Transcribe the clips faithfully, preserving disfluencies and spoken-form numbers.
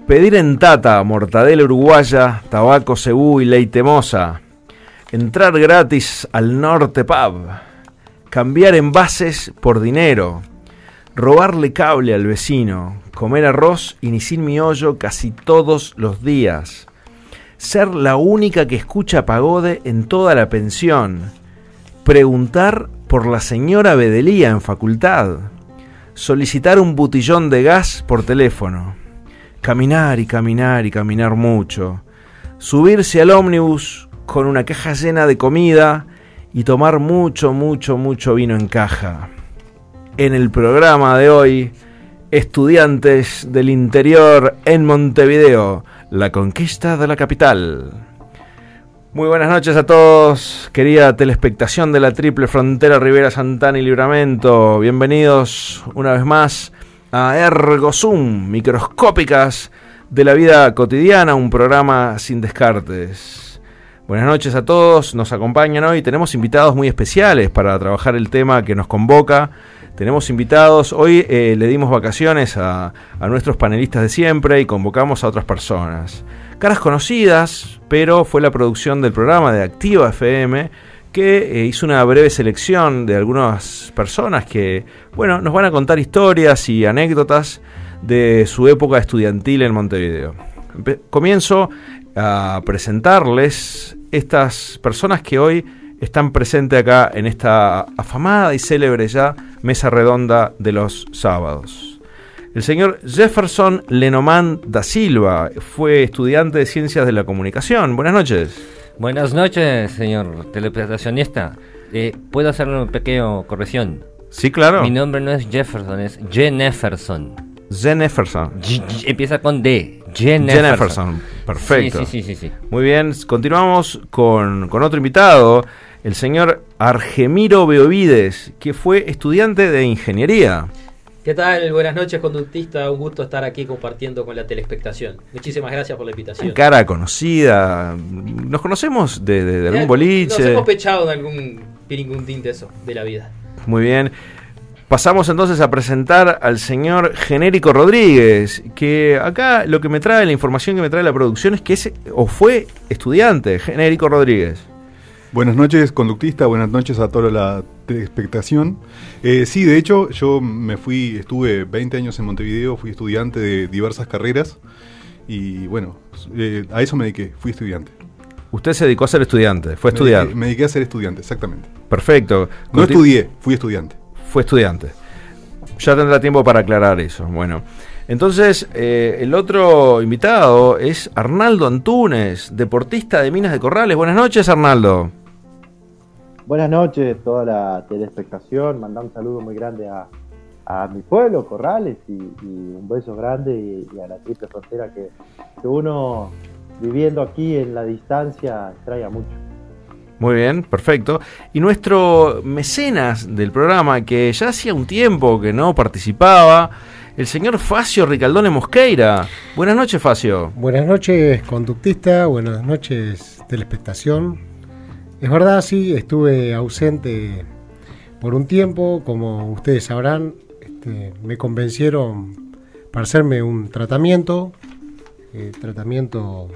Pedir en tata, mortadela uruguaya, tabaco, cebú y leite moza. Entrar gratis al Norte Pub. Cambiar envases por dinero. Robarle cable al vecino. Comer arroz y ni sin miollo casi todos los días. Ser la única que escucha pagode en toda la pensión. Preguntar por la señora Bedelía en facultad. Solicitar un botellón de gas por teléfono. Caminar y caminar y caminar mucho. Subirse al ómnibus con una caja llena de comida y tomar mucho, mucho, mucho vino en caja. En el programa de hoy, estudiantes del interior en Montevideo, la conquista de la capital. Muy buenas noches a todos, querida telespectación de la triple frontera Rivera, Santana y Libramento. Bienvenidos una vez más a Ergo Zoom, microscópicas de la vida cotidiana, un programa sin descartes. Buenas noches a todos, nos acompañan hoy, tenemos invitados muy especiales para trabajar el tema que nos convoca. Tenemos invitados, hoy eh, le dimos vacaciones a, a nuestros panelistas de siempre y convocamos a otras personas. Caras conocidas, pero fue la producción del programa de Activa F M que eh, hizo una breve selección de algunas personas que, bueno, nos van a contar historias y anécdotas de su época estudiantil en Montevideo. Empe- comienzo a presentarles estas personas que hoy están presentes acá en esta afamada y célebre ya mesa redonda de los sábados. El señor Jefferson Lenomán da Silva fue estudiante de Ciencias de la Comunicación. Buenas noches. Buenas noches, señor telepresentacionista. Eh, ¿Puedo hacer una pequeña corrección? Sí, claro. Mi nombre no es Jefferson, es Jefferson. Jefferson. Empieza con D. Jefferson. Jefferson. Perfecto. Sí, sí, sí, sí, sí. Muy bien, continuamos con, con otro invitado, el señor Argemiro Beovides, que fue estudiante de ingeniería. ¿Qué tal? Buenas noches, conductista. Un gusto estar aquí compartiendo con la telespectación. Muchísimas gracias por la invitación. Cara conocida. ¿Nos conocemos de, de, de algún boliche? Nos hemos pechado en algún piringundín de eso, de la vida. Muy bien. Pasamos entonces a presentar al señor Genérico Rodríguez, que acá lo que me trae, la información que me trae la producción es que es o fue estudiante. Genérico Rodríguez. Buenas noches, conductista, buenas noches a toda la telespectación. Eh, sí, de hecho, yo me fui, estuve veinte años en Montevideo, fui estudiante de diversas carreras y bueno, eh, a eso me dediqué, fui estudiante. Usted se dedicó a ser estudiante, fue a estudiar. Me dediqué, me dediqué a ser estudiante, exactamente. Perfecto. No Conti- estudié, fui estudiante. Fue estudiante. Ya tendrá tiempo para aclarar eso. Bueno, entonces eh, el otro invitado es Arnaldo Antunes, deportista de Minas de Corrales. Buenas noches, Arnaldo. Buenas noches, toda la telespectación. Mandar un saludo muy grande a, a mi pueblo, Corrales, y, y un beso grande y, y a la triple frontera que, que uno, viviendo aquí en la distancia, extraña mucho. Muy bien, perfecto. Y nuestro mecenas del programa, que ya hacía un tiempo que no participaba, el señor Facio Ricaldone Mosqueira. Buenas noches, Facio. Buenas noches, conductista. Buenas noches, telespectación. Es verdad, sí, estuve ausente por un tiempo. Como ustedes sabrán, este, me convencieron para hacerme un tratamiento, eh, tratamiento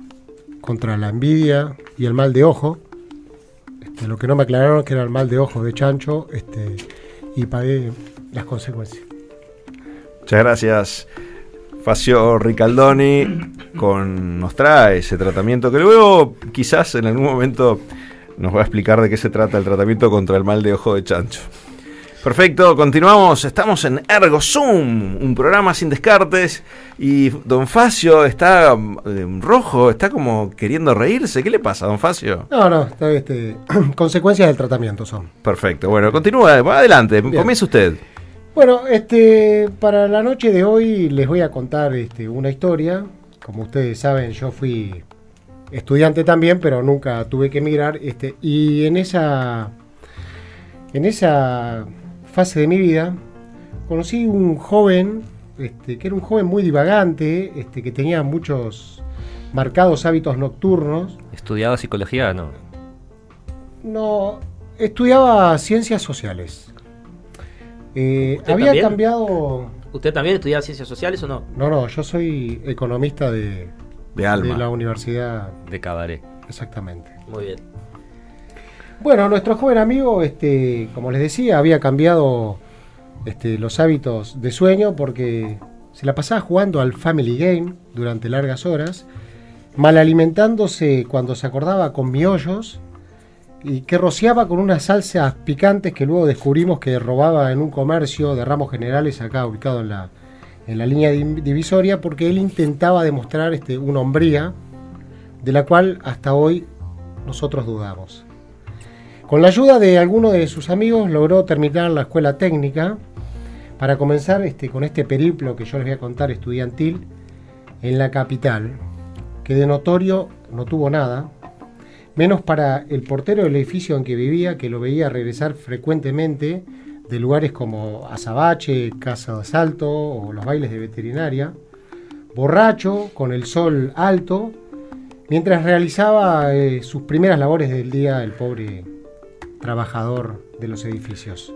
contra la envidia y el mal de ojo. Este, lo que no me aclararon es que era el mal de ojo de chancho, este, y pagué las consecuencias. Muchas gracias, Facio Ricaldoni, con, nos trae ese tratamiento que luego quizás en algún momento nos va a explicar de qué se trata el tratamiento contra el mal de ojo de chancho. Perfecto, continuamos, estamos en Ergo Zoom, un programa sin descartes, y don Facio está eh, rojo, está como queriendo reírse. ¿Qué le pasa, don Facio? No, no, está, este, consecuencias del tratamiento son. Perfecto, bueno, continúa, adelante, Bien. Comience usted. Bueno, este, para la noche de hoy les voy a contar este, una historia. Como ustedes saben, yo fui estudiante también, pero nunca tuve que emigrar. Este, y en esa, en esa fase de mi vida conocí un joven, este, que era un joven muy divagante, este, que tenía muchos marcados hábitos nocturnos. ¿Estudiaba psicología? No. No, estudiaba ciencias sociales. Eh, ¿Usted había también? cambiado ¿Usted también estudia ciencias sociales o no? No, no, yo soy economista de, De alma. de la universidad. De cabaret. Exactamente. Muy bien. Bueno, nuestro joven amigo, este, como les decía, había cambiado este, los hábitos de sueño porque se la pasaba jugando al Family Game durante largas horas, mal alimentándose cuando se acordaba con miollos y que rociaba con unas salsas picantes que luego descubrimos que robaba en un comercio de ramos generales acá ubicado en la, en la línea divisoria, porque él intentaba demostrar este, una hombría de la cual hasta hoy nosotros dudamos. Con la ayuda de algunos de sus amigos logró terminar la escuela técnica para comenzar este, con este periplo que yo les voy a contar estudiantil en la capital, que de notorio no tuvo nada, menos para el portero del edificio en que vivía, que lo veía regresar frecuentemente de lugares como Azabache, Casa de Asalto o los bailes de veterinaria, borracho, con el sol alto, mientras realizaba eh, sus primeras labores del día el pobre trabajador de los edificios.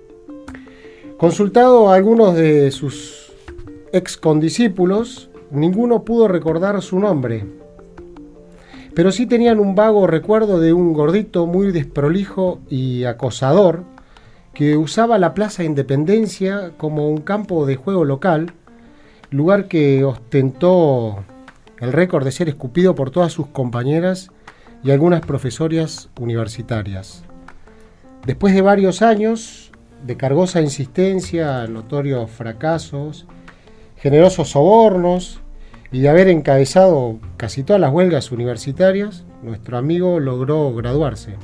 Consultado a algunos de sus ex condiscípulos, ninguno pudo recordar su nombre, pero sí tenían un vago recuerdo de un gordito muy desprolijo y acosador que usaba la Plaza Independencia como un campo de juego local, lugar que ostentó el récord de ser escupido por todas sus compañeras y algunas profesoras universitarias. Después de varios años de cargosa insistencia, notorios fracasos, generosos sobornos y de haber encabezado casi todas las huelgas universitarias, nuestro amigo logró graduarse.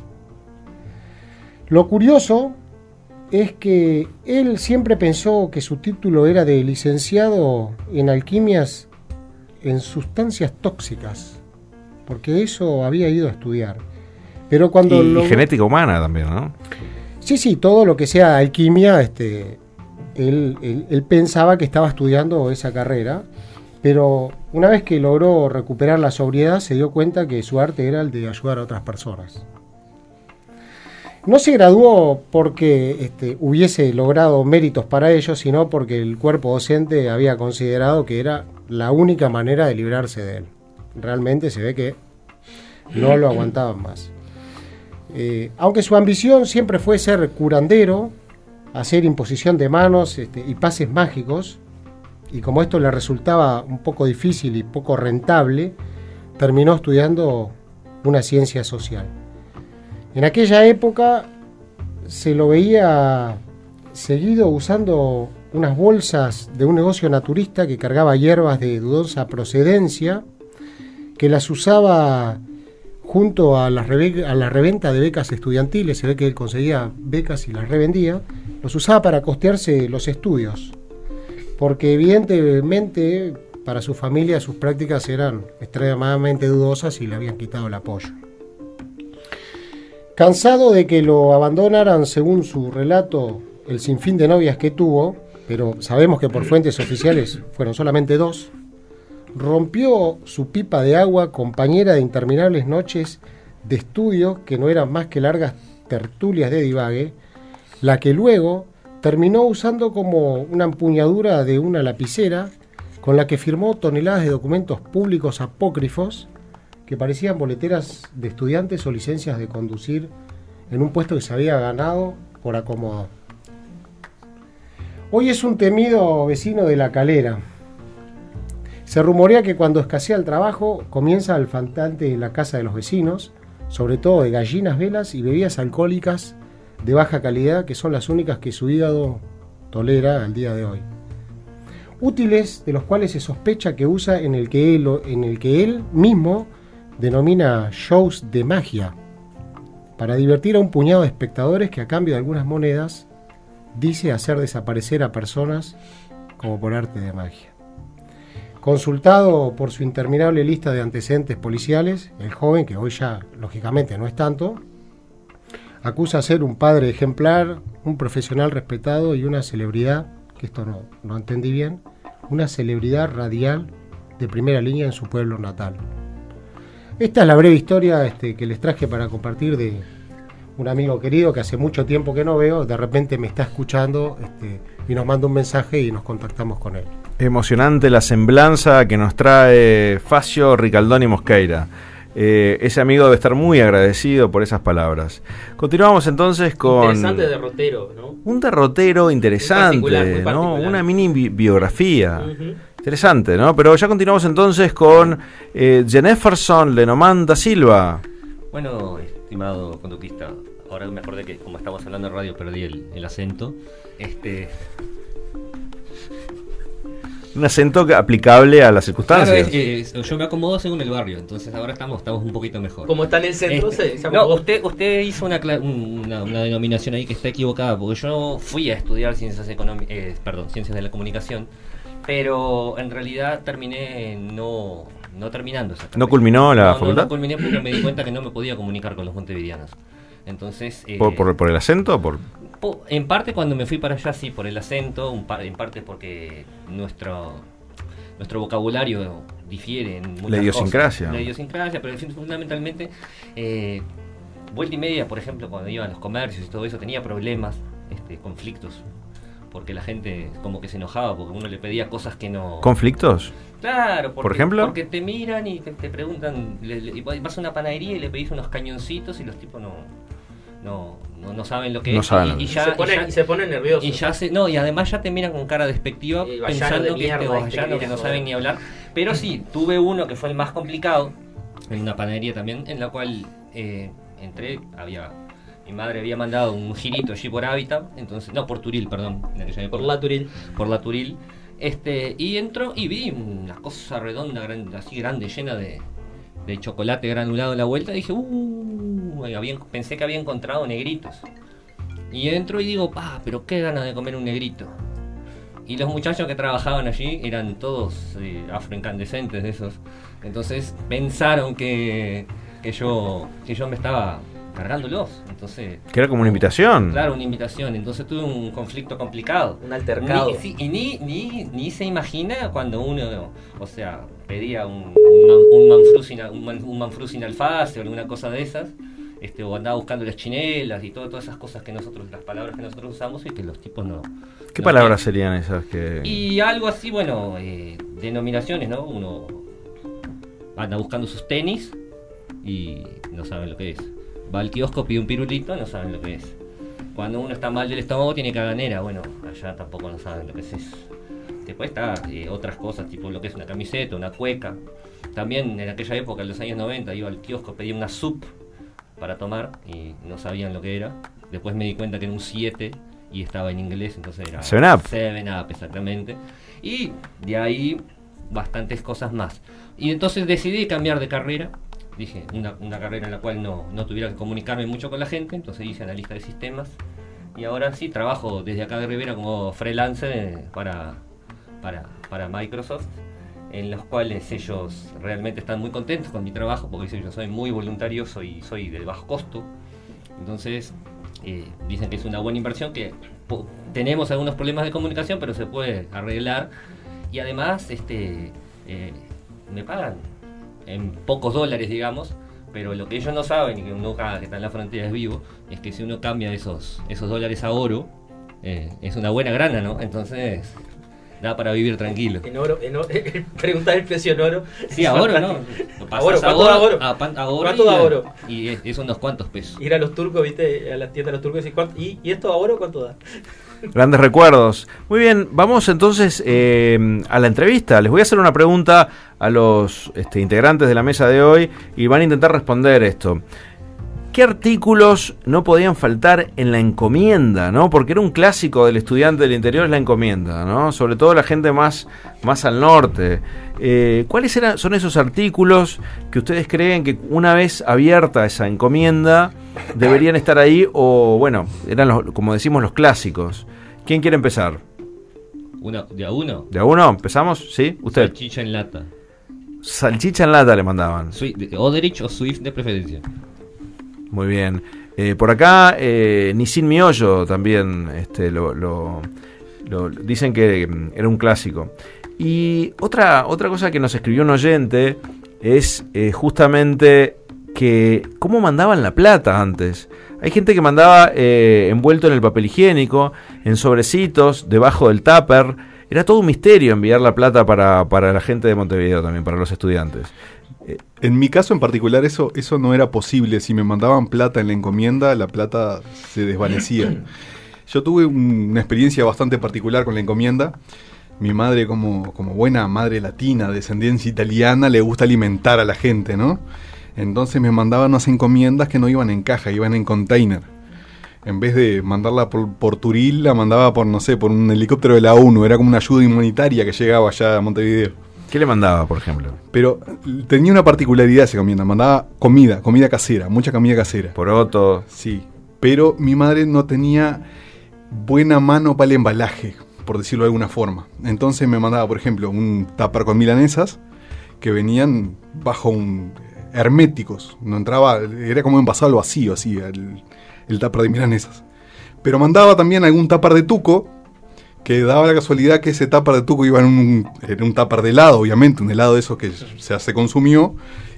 Lo curioso es que él siempre pensó que su título era de licenciado en alquimias en sustancias tóxicas, porque eso había ido a estudiar. Pero cuando y, lo... y genética humana también, ¿no? Sí, sí, todo lo que sea alquimia, este, él, él, él pensaba que estaba estudiando esa carrera, pero una vez que logró recuperar la sobriedad se dio cuenta que su arte era el de ayudar a otras personas. No se graduó porque este, hubiese logrado méritos para ello, sino porque el cuerpo docente había considerado que era la única manera de librarse de él. Realmente se ve que no lo aguantaban más. Eh, aunque su ambición siempre fue ser curandero, hacer imposición de manos este, y pases mágicos, y como esto le resultaba un poco difícil y poco rentable, terminó estudiando una ciencia social. En aquella época se lo veía seguido usando unas bolsas de un negocio naturista que cargaba hierbas de dudosa procedencia, que las usaba junto a la, rebe- a la reventa de becas estudiantiles. Se ve que él conseguía becas y las revendía, los usaba para costearse los estudios, porque evidentemente para su familia sus prácticas eran extremadamente dudosas y le habían quitado el apoyo. Cansado de que lo abandonaran, según su relato, el sinfín de novias que tuvo, pero sabemos que por fuentes oficiales fueron solamente dos, rompió su pipa de agua, compañera de interminables noches de estudio que no eran más que largas tertulias de divague, la que luego terminó usando como una empuñadura de una lapicera con la que firmó toneladas de documentos públicos apócrifos que parecían boleteras de estudiantes o licencias de conducir en un puesto que se había ganado por acomodo. Hoy es un temido vecino de La Calera. Se rumorea que cuando escasea el trabajo comienza el faltante en la casa de los vecinos, sobre todo de gallinas, velas y bebidas alcohólicas de baja calidad, que son las únicas que su hígado tolera al día de hoy. Útiles de los cuales se sospecha que usa en el que él, en el que él mismo denomina shows de magia, para divertir a un puñado de espectadores que a cambio de algunas monedas dice hacer desaparecer a personas como por arte de magia. Consultado por su interminable lista de antecedentes policiales, el joven, que hoy ya lógicamente no es tanto, acusa ser un padre ejemplar, un profesional respetado y una celebridad, que esto no, no entendí bien, una celebridad radial de primera línea en su pueblo natal. Esta es la breve historia este, que les traje para compartir de un amigo querido que hace mucho tiempo que no veo, de repente me está escuchando este, y nos manda un mensaje y nos contactamos con él. Emocionante la semblanza que nos trae Facio Ricaldoni Mosqueira. Eh, ese amigo debe estar muy agradecido por esas palabras. Continuamos entonces con... Interesante derrotero, ¿no? Un derrotero interesante, Muy particular, muy ¿no? particular. Una mini bi- biografía. Uh-huh. Interesante, ¿no? Pero ya continuamos entonces con eh, Jenniferson Lenomán da Silva. Bueno, estimado conductista, ahora me acordé que como estamos hablando de radio perdí el, el acento. Este, Un acento que- aplicable a las claro, circunstancias. es- es- yo me acomodo según el barrio, entonces ahora estamos, estamos un poquito mejor. Como está en el centro, Este, se, se no, acomodó. usted, usted hizo una, cla- un- una, una denominación ahí que está equivocada, porque yo fui a estudiar ciencias económicas, eh, perdón, ciencias de la comunicación, pero en realidad terminé no, no terminando esa carrera. ¿No culminó la No, no, facultad? No, culminé porque me di cuenta que no me podía comunicar con los montevideanos. Entonces, eh, ¿Por, por, por el acento o por...? po- en parte cuando me fui para allá sí, por el acento, un par- en parte porque nuestro nuestro vocabulario difiere en muchas La idiosincrasia. cosas. La idiosincrasia, pero fundamentalmente eh, vuelta y media, por ejemplo, cuando iba a los comercios y todo eso, tenía problemas, este, conflictos, porque la gente como que se enojaba porque uno le pedía cosas que no... ¿Conflictos? Claro, porque, ¿Por ejemplo? porque te miran y te, te preguntan, le, le- y vas a una panadería y le pedís unos cañoncitos y los tipos no no, no, no saben lo que No es. saben. Y, y Y ya, se pone, y ya- y se pone nervioso. y ya se, no, y además ya te miran con cara despectiva Y vallano pensando de que mierda, este este vallano que que no viene, saben joder. ni hablar. Pero sí, tuve uno que fue el más complicado, en una panadería también, en la cual eh, entré, había... Mi madre había mandado un girito allí por Hábitat, entonces, no, por Turil, perdón, en aquella época. Por la Turil. Por la Turil. Este, y entro y vi una cosa redonda, gran- así grande, llena de, de chocolate granulado en la vuelta. Y dije, uh, había- pensé que había encontrado negritos. Y entro y digo, pa, pero qué ganas de comer un negrito. Y los muchachos que trabajaban allí eran todos eh, afroincandescentes de esos. Entonces pensaron que, que, yo, que yo me estaba cargándolos. Entonces, Que era como una invitación. claro, una invitación. Entonces tuve un conflicto complicado. Un altercado. Ni- sí, y ni, ni, ni se imagina cuando uno, o sea, pedía un, un, man- un manfrú sin, un, man- un manfrú sin alface o alguna cosa de esas, este, o andaba buscando las chinelas y todo, todas esas cosas que nosotros, las palabras que nosotros usamos y que los tipos no... ¿Qué no palabras entienden. serían esas que...? Y algo así, bueno, eh, denominaciones, ¿no? Uno anda buscando sus tenis y no saben lo que es. Va al kiosco, pide un pirulito, no saben lo que es. Cuando uno está mal del estómago tiene caganera, bueno, allá tampoco no saben lo que es eso. Después está eh, otras cosas, tipo lo que es una camiseta, una cueca. También en aquella época, en los años noventa, iba al kiosco, pedía una sup para tomar y no sabían lo que era. Después me di cuenta que era un siete y estaba en inglés, entonces era Seven Up. Seven Up, exactamente. Y de ahí bastantes cosas más. Y entonces decidí cambiar de carrera. Dije, una, una carrera en la cual no, no tuviera que comunicarme mucho con la gente, entonces hice analista de sistemas. Y ahora sí, trabajo desde acá de Rivera como freelancer eh, para, para, para Microsoft, en los cuales ellos realmente están muy contentos con mi trabajo, porque dicen yo soy muy voluntarioso y soy de bajo costo. Entonces, eh, dicen que es una buena inversión, que po- tenemos algunos problemas de comunicación, pero se puede arreglar. Y además, este, eh, me pagan en pocos dólares, digamos, pero lo que ellos no saben, y que uno acá que está en la frontera es vivo, es que si uno cambia esos, esos dólares a oro, eh, es una buena grana, ¿no? Entonces, da para vivir tranquilo. En oro, en oro. Preguntar el precio en oro. Sí, a oro, ¿no? Pasás oro, ¿cuánto da oro? A, pan- a oro ¿Cuánto y, da la- oro? y es, es unos cuantos pesos. Ir a los turcos, viste, a las tiendas de los turcos y, ¿cuánto- y, ¿y esto a oro cuánto da? Grandes recuerdos. Muy bien, vamos entonces eh, a la entrevista. Les voy a hacer una pregunta a los este, integrantes de la mesa de hoy y van a intentar responder esto. ¿Qué artículos no podían faltar en la encomienda, ¿no? Porque era un clásico del estudiante del interior, es la encomienda, ¿no? Sobre todo la gente más, más al norte. Eh, ¿Cuáles eran, son esos artículos que ustedes creen que una vez abierta esa encomienda deberían estar ahí o, bueno, eran los, como decimos, los clásicos? ¿Quién quiere empezar? Una, ¿De a uno? ¿De a uno? ¿Empezamos? ¿Sí? ¿Usted? Salchicha en lata. Salchicha en lata le mandaban. Swi- de- Oderich o Swift de preferencia. Muy bien. Eh, por acá, eh, Nissin Miollo también este, lo, lo, lo- dicen que mm, era un clásico. Y otra, otra cosa que nos escribió un oyente es eh, justamente que cómo mandaban la plata antes. Hay gente que mandaba eh, envuelto en el papel higiénico, en sobrecitos, debajo del tupper. Era todo un misterio enviar la plata para, para la gente de Montevideo también, para los estudiantes. En mi caso en particular eso, eso no era posible. Si me mandaban plata en la encomienda, la plata se desvanecía. Yo tuve un, una experiencia bastante particular con la encomienda. Mi madre, como, como buena madre latina, de descendencia italiana, le gusta alimentar a la gente, ¿no? Entonces me mandaban unas encomiendas que no iban en caja, iban en container. En vez de mandarla por, por Turil, la mandaba por, no sé, por un helicóptero de la ONU. Era como una ayuda humanitaria que llegaba allá a Montevideo. ¿Qué le mandaba, por ejemplo? Pero tenía una particularidad esa encomienda. Mandaba comida, comida casera, mucha comida casera. Poroto. Sí, pero mi madre no tenía buena mano para el embalaje, por decirlo de alguna forma. Entonces me mandaba, por ejemplo, un tupper con milanesas que venían bajo un... herméticos. No entraba, era como envasado al vacío, así, el, el tupper de milanesas. Pero mandaba también algún tupper de tuco, que daba la casualidad que ese tupper de tuco iba en un, en un tupper de helado, obviamente, un helado de esos que se, se consumió,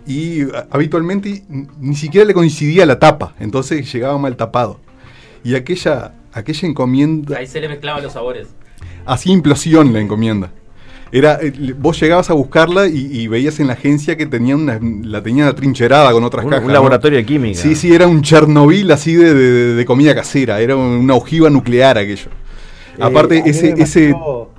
y habitualmente ni siquiera le coincidía la tapa, entonces llegaba mal tapado. Y aquella, aquella encomienda... Ahí se le mezclaban los sabores. Hacía implosión la encomienda. Era, vos llegabas a buscarla y, y veías en la agencia que tenían una, la tenían atrincherada con otras un, cajas. Un laboratorio, ¿no?, de química. Sí, sí, era un Chernobyl así de, de, de comida casera. Era una ojiva nuclear aquello. Eh, Aparte, ese... manchó, ese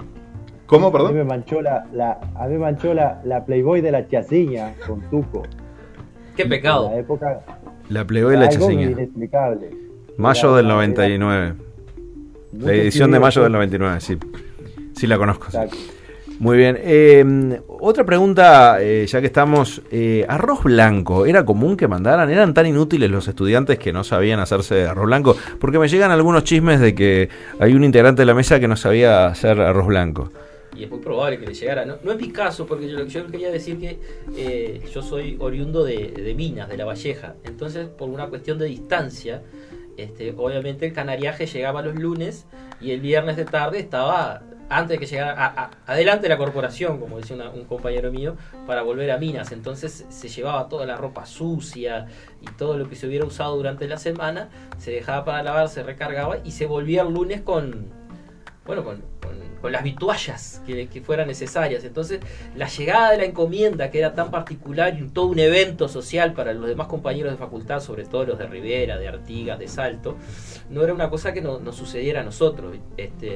¿Cómo, perdón? A mí me manchó la, la, a mí me manchó la, la Playboy de la chaciña con tuco. Qué pecado. En la época... La Playboy de la algo chaciña. inexplicable. Mayo Era, del era, noventa y nueve. mucho La edición de fibra, mayo sí. del noventa y nueve, sí. Sí la conozco. Sí. Exacto. Muy bien. Eh, otra pregunta, eh, ya que estamos. Eh, ¿Arroz blanco era común que mandaran? ¿Eran tan inútiles los estudiantes que no sabían hacerse arroz blanco? Porque me llegan algunos chismes de que hay un integrante de la mesa que no sabía hacer arroz blanco. Y es muy probable que le llegara. No, no es mi caso, porque yo, yo quería decir que eh, yo soy oriundo de, de Minas, de La Valleja. Entonces, por una cuestión de distancia, este, obviamente el canariaje llegaba los lunes y el viernes de tarde estaba... antes de que llegara a, a, adelante la corporación, como decía una, un compañero mío, para volver a Minas. Entonces se llevaba toda la ropa sucia y todo lo que se hubiera usado durante la semana, se dejaba para lavar, se recargaba y se volvía el lunes con, bueno, con, con, con las vituallas que, que fueran necesarias. Entonces la llegada de la encomienda, que era tan particular y todo un evento social para los demás compañeros de facultad, sobre todo los de Rivera, de Artigas, de Salto, no era una cosa que no, nos sucediera a nosotros. Este...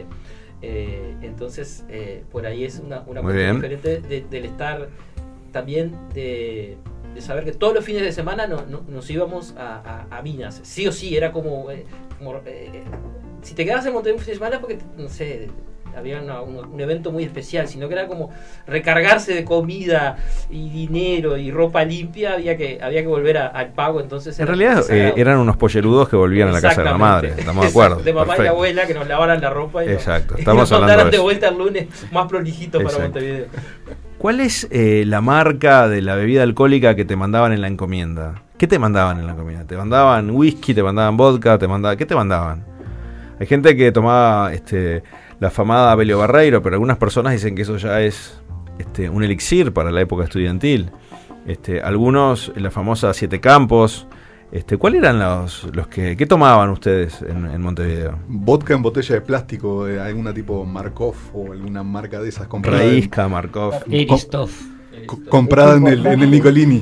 Eh, entonces, eh, por ahí es una, una cuestión diferente de, del estar también de, de saber que todos los fines de semana no, no, nos íbamos a, a, a Minas. Sí o sí, era como, eh, como eh, si te quedabas en Montevideo un fin de semana porque, no sé, había una, un, un evento muy especial, sino que era como recargarse de comida y dinero y ropa limpia, había que había que volver a, al pago. Entonces en realidad eh, eran unos pollerudos que volvían a la casa de la madre, estamos de acuerdo. De mamá Perfecto. y la abuela que nos lavaran la ropa y, Exacto. no, Estamos y nos mandaran de, de vuelta el lunes más prolijitos para Montevideo. ¿Cuál es eh, la marca de la bebida alcohólica que te mandaban en la encomienda? ¿Qué te mandaban en la encomienda? ¿Te mandaban whisky, te mandaban vodka, te mandaban, qué te mandaban? Hay gente que tomaba este la afamada Abelio Barreiro, pero algunas personas dicen que eso ya es este, un elixir para la época estudiantil. Este, algunos, la famosa Siete Campos. Este, ¿Cuáles eran los, los que... ¿Qué tomaban ustedes en, en Montevideo? Vodka en botella de plástico, de alguna tipo Markov o alguna marca de esas comprada. Raísca, Markov. Eristov. Co comprada en el, en el Nicolini.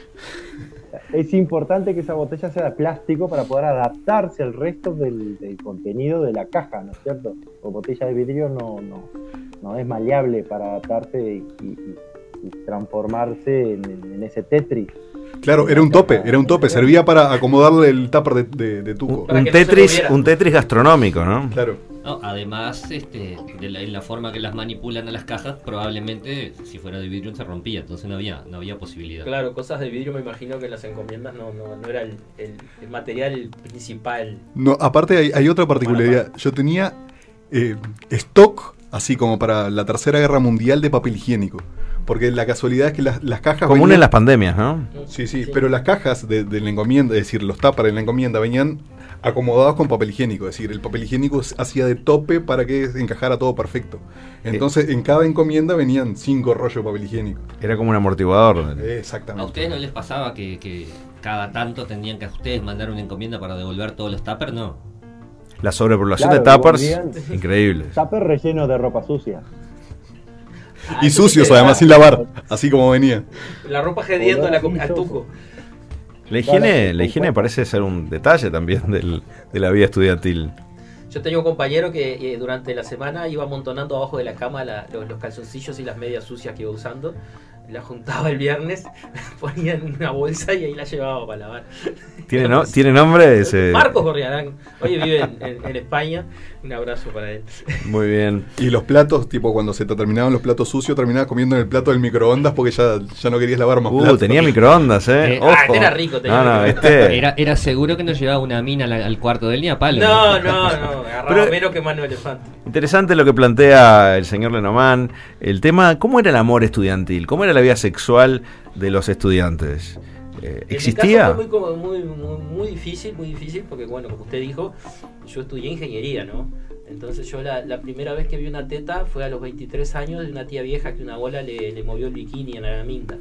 Es importante que esa botella sea de plástico para poder adaptarse al resto del, del contenido de la caja, ¿no es cierto? O botella de vidrio no, no, no es maleable para adaptarse y, y, y transformarse en, en ese Tetris. Claro, era un tope, era un tope, servía para acomodarle el tupper de, de, de tuco. Un, un Tetris, no un Tetris gastronómico, ¿no? Claro. No, además, este, de la, en la forma que las manipulan a las cajas, probablemente si fuera de vidrio se rompía, entonces no había, no había posibilidad. Claro, cosas de vidrio me imagino que en las encomiendas no, no, no era el, el, el material principal. No, aparte hay, hay otra particularidad. Yo tenía eh, stock, así como para la Tercera Guerra Mundial, de papel higiénico. Porque la casualidad es que las, las cajas... Común venían, en las pandemias, ¿no? Sí, sí, sí, pero las cajas de, de la encomienda, es decir, los tuppers en la encomienda venían acomodados con papel higiénico, es decir, el papel higiénico hacía de tope para que encajara todo perfecto. Entonces, en cada encomienda venían cinco rollos de papel higiénico. Era como un amortiguador. Exactamente. ¿A ustedes no les pasaba que, que cada tanto tenían que a ustedes mandar una encomienda para devolver todos los tuppers? No. La sobrepoblación Claro, de tuppers, volvían- increíble. Tupper relleno de ropa sucia. Ah, Y eso sucios, sí te además, da- sin lavar, así como venía. La ropa gediendo a la com- al Olor a tuco. La higiene, Vale, la higiene con- parece ser un detalle también del- de la vida estudiantil. Yo tenía un compañero que eh, durante la semana iba amontonando abajo de la cama la- los, los calzoncillos y las medias sucias que iba usando. La juntaba el viernes, ponía en una bolsa y ahí la llevaba para lavar. ¿Tiene, no, ¿tiene nombre ese? Marcos Gorriarán. Hoy vive en, en- en España. Un abrazo para él. Muy bien. Y los platos, tipo cuando se te terminaban los platos sucios, terminabas comiendo en el plato del microondas porque ya, ya no querías lavar más Uh, platos. tenía microondas, ¿eh? Eh, Ojo. ah, este era rico, tenía No, no, microondas. este... Era, era seguro que no llevaba una mina al, al cuarto del ni a palo. No, no, no. Agarraba Pero- menos que mano de elefante. Interesante lo que plantea el señor Lenormand. El tema, ¿cómo era el amor estudiantil? ¿Cómo era la vida sexual de los estudiantes? Eh, En mi ¿Existía? caso fue muy, como muy, muy, muy difícil, muy difícil, porque bueno, como usted dijo, yo estudié ingeniería, ¿no? Entonces yo la, la primera vez que vi una teta fue a los veintitrés años de una tía vieja que una bola le, le movió el bikini en la minta.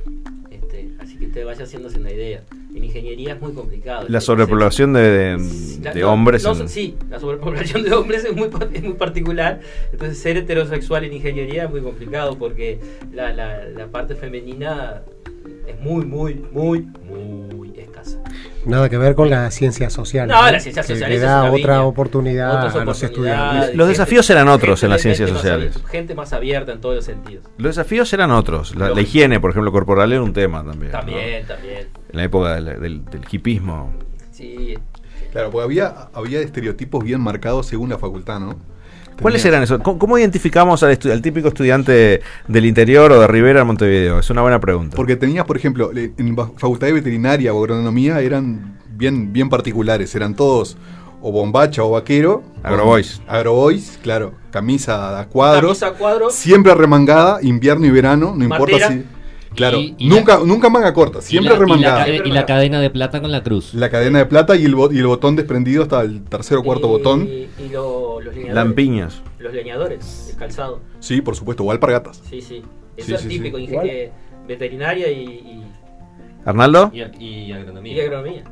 Este, así que usted vaya haciéndose una idea. En ingeniería es muy complicado. La sobrepoblación de, de, La- de no, hombres. no, en- Sí, la sobrepoblación de hombres es muy, pa- es muy particular. Entonces ser heterosexual en ingeniería es muy complicado porque la, la, la parte femenina es muy, muy, muy, muy escasa. Nada que ver con las ciencias sociales. No, las ciencias que sociales le es da una otra viña. oportunidad Otras a los oportunidades, estudiantes. Los desafíos eran otros en las gente ciencias más sociales. abierta, gente más abierta en todos los sentidos. Los desafíos eran otros. La, la Lógico. higiene, por ejemplo, corporal era un tema también. ¿no? También, también. En la época del, del, del hipismo. Sí. Claro, porque había, había estereotipos bien marcados según la facultad, ¿no? ¿Cuáles Tenías- eran esos? ¿Cómo, cómo identificamos al, estu- al típico estudiante del interior o de Rivera en Montevideo? Es una buena pregunta. Porque tenías, por ejemplo, le- en la facultad de veterinaria o agronomía eran bien, bien particulares, eran todos o bombacha o vaquero. Agroboys. con- Agroboys, claro. Camisa a cuadros. Camisa a cuadros. Siempre arremangada, invierno y verano, no importa Martera. si. Claro, Y- y nunca, nunca manga corta, siempre y la, y la remangada. cade- y la cadena de plata con la cruz. La cadena de plata y el, bo- y el botón desprendido hasta el tercer o cuarto y, botón. Y lo- los leñadores. Lampiños. Los leñadores, el calzado. Sí, por supuesto, o alpargatas. Sí, sí. Eso Sí, es sí, típico, sí. inge- Igual. eh, veterinaria y, y, ¿Arnaldo? Y, y y agronomía. agronomía.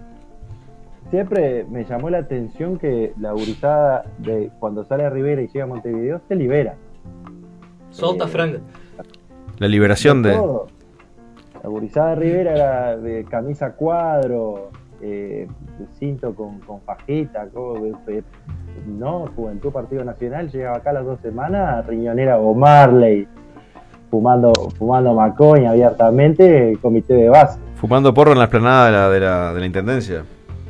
Siempre me llamó la atención que la gurizada de cuando sale a Rivera y llega a Montevideo se libera. Solta Eh, franga. La liberación de... todo. La gurizada de Rivera era de camisa a cuadro, eh, cinto con, con fajita, co- eh, no, Juventud Partido Nacional, llegaba acá a las dos semanas, riñonera Bob Marley, fumando, fumando macoña abiertamente, comité de base. Fumando porro en la explanada de la, de la, de la Intendencia.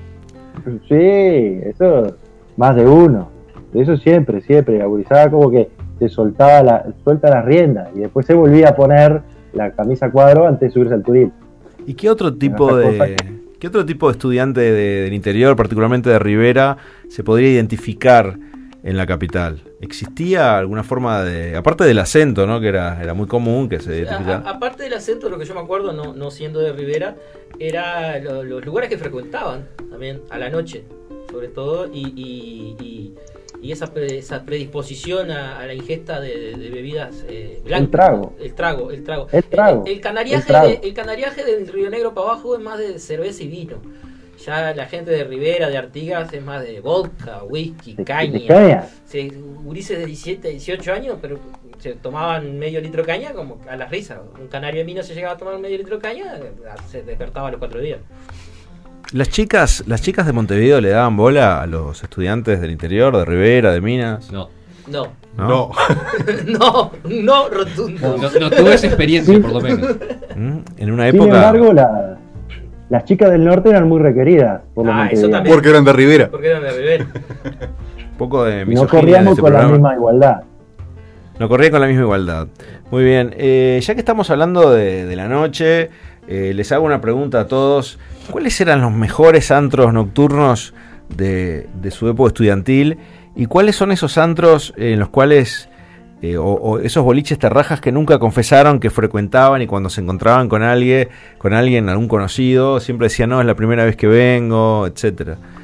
Sí, eso, más de uno. Eso siempre, siempre. La gurizada como que se soltaba la, suelta las riendas y después se volvía a poner la camisa a cuadro antes de subirse al turismo. ¿Y qué otro tipo Esas de cosas qué otro tipo de estudiante de- del interior, particularmente de Rivera, se podría identificar en la capital? ¿Existía alguna forma de, aparte del acento, ¿no? Que era, era muy común que se A- a- identificara? aparte del acento, lo que yo me acuerdo, no, no siendo de Rivera, era lo- los lugares que frecuentaban también a la noche, sobre todo, y, y, y- y esa, pre- esa predisposición a, a la ingesta de, de- de bebidas eh, blancas. El trago. El trago, el trago. El trago. El, el canariaje, El trago. de- el canariaje del Río Negro para abajo es más de cerveza y vino. Ya la gente de Rivera, de Artigas, es más de vodka, whisky, De- caña. de caña. Sí, gurises de diecisiete, dieciocho años, pero se tomaban medio litro de caña como a la risa. Un canario de mina se llegaba a tomar medio litro de caña, se despertaba a los cuatro días. Las chicas, las chicas de Montevideo le daban bola a los estudiantes del interior, de Rivera, de Minas. No, No, ¿No? No. no, no rotundo. no, no tuve esa experiencia, por lo menos. ¿Mm? En una Sin época. embargo, la- las chicas del norte eran muy requeridas por los Ah, eso montevideanos. también. Porque eran de Rivera. Porque eran de Rivera. Un poco de No misoginia corríamos en este con la programa. misma igualdad. No corría con la misma igualdad. Muy bien, eh, ya que estamos hablando de, de la noche, eh, les hago una pregunta a todos. ¿Cuáles eran los mejores antros nocturnos de, de su época estudiantil? ¿Y cuáles son esos antros en los cuales, eh, o, o esos boliches terrajas que nunca confesaron que frecuentaban y cuando se encontraban con alguien, con alguien, algún conocido, siempre decían, no, es la primera vez que vengo, etcétera?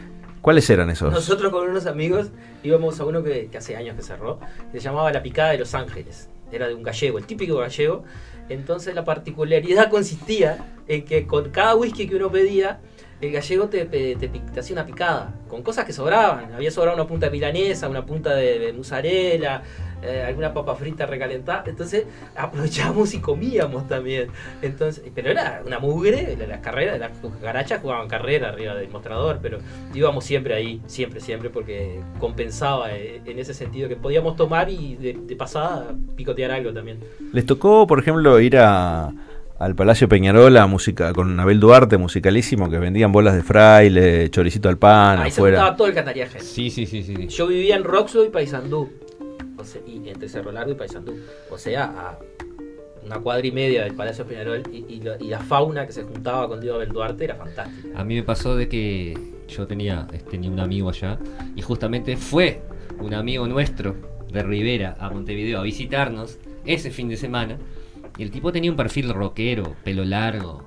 ¿Cuáles eran esos? Nosotros con unos amigos íbamos a uno que, que hace años que cerró, que se llamaba La Picada de Los Ángeles. Era de un gallego, el típico gallego. Entonces la particularidad consistía en que con cada whisky que uno pedía, el gallego te, te, te, te hacía una picada, con cosas que sobraban. Había sobrado una punta de milanesa, una punta de, de mozzarella, eh, alguna papa frita recalentada. Entonces aprovechábamos y comíamos también. Entonces, pero era una mugre, las carreras, las cucarachas jugaban carrera arriba del mostrador, pero íbamos siempre ahí, siempre, siempre, porque compensaba eh, en ese sentido que podíamos tomar y de, de pasada picotear algo también. ¿Les tocó, por ejemplo, ir a... al Palacio Peñarola, música con Abel Duarte, musicalísimo, que vendían bolas de fraile, choricito al pan, ahí afuera? Se juntaba todo el canariaje. Sí, sí, sí, sí. Yo vivía en Roxo y Paysandú, o sea, y entre Cerro Largo y Paysandú, o sea, a una cuadra y media del Palacio Peñarol, y, y, lo, y la fauna que se juntaba con Diego Abel Duarte era fantástica. A mí me pasó de que yo tenía, tenía un amigo allá, y justamente fue un amigo nuestro de Rivera a Montevideo a visitarnos ese fin de semana. Y el tipo tenía un perfil rockero, pelo largo,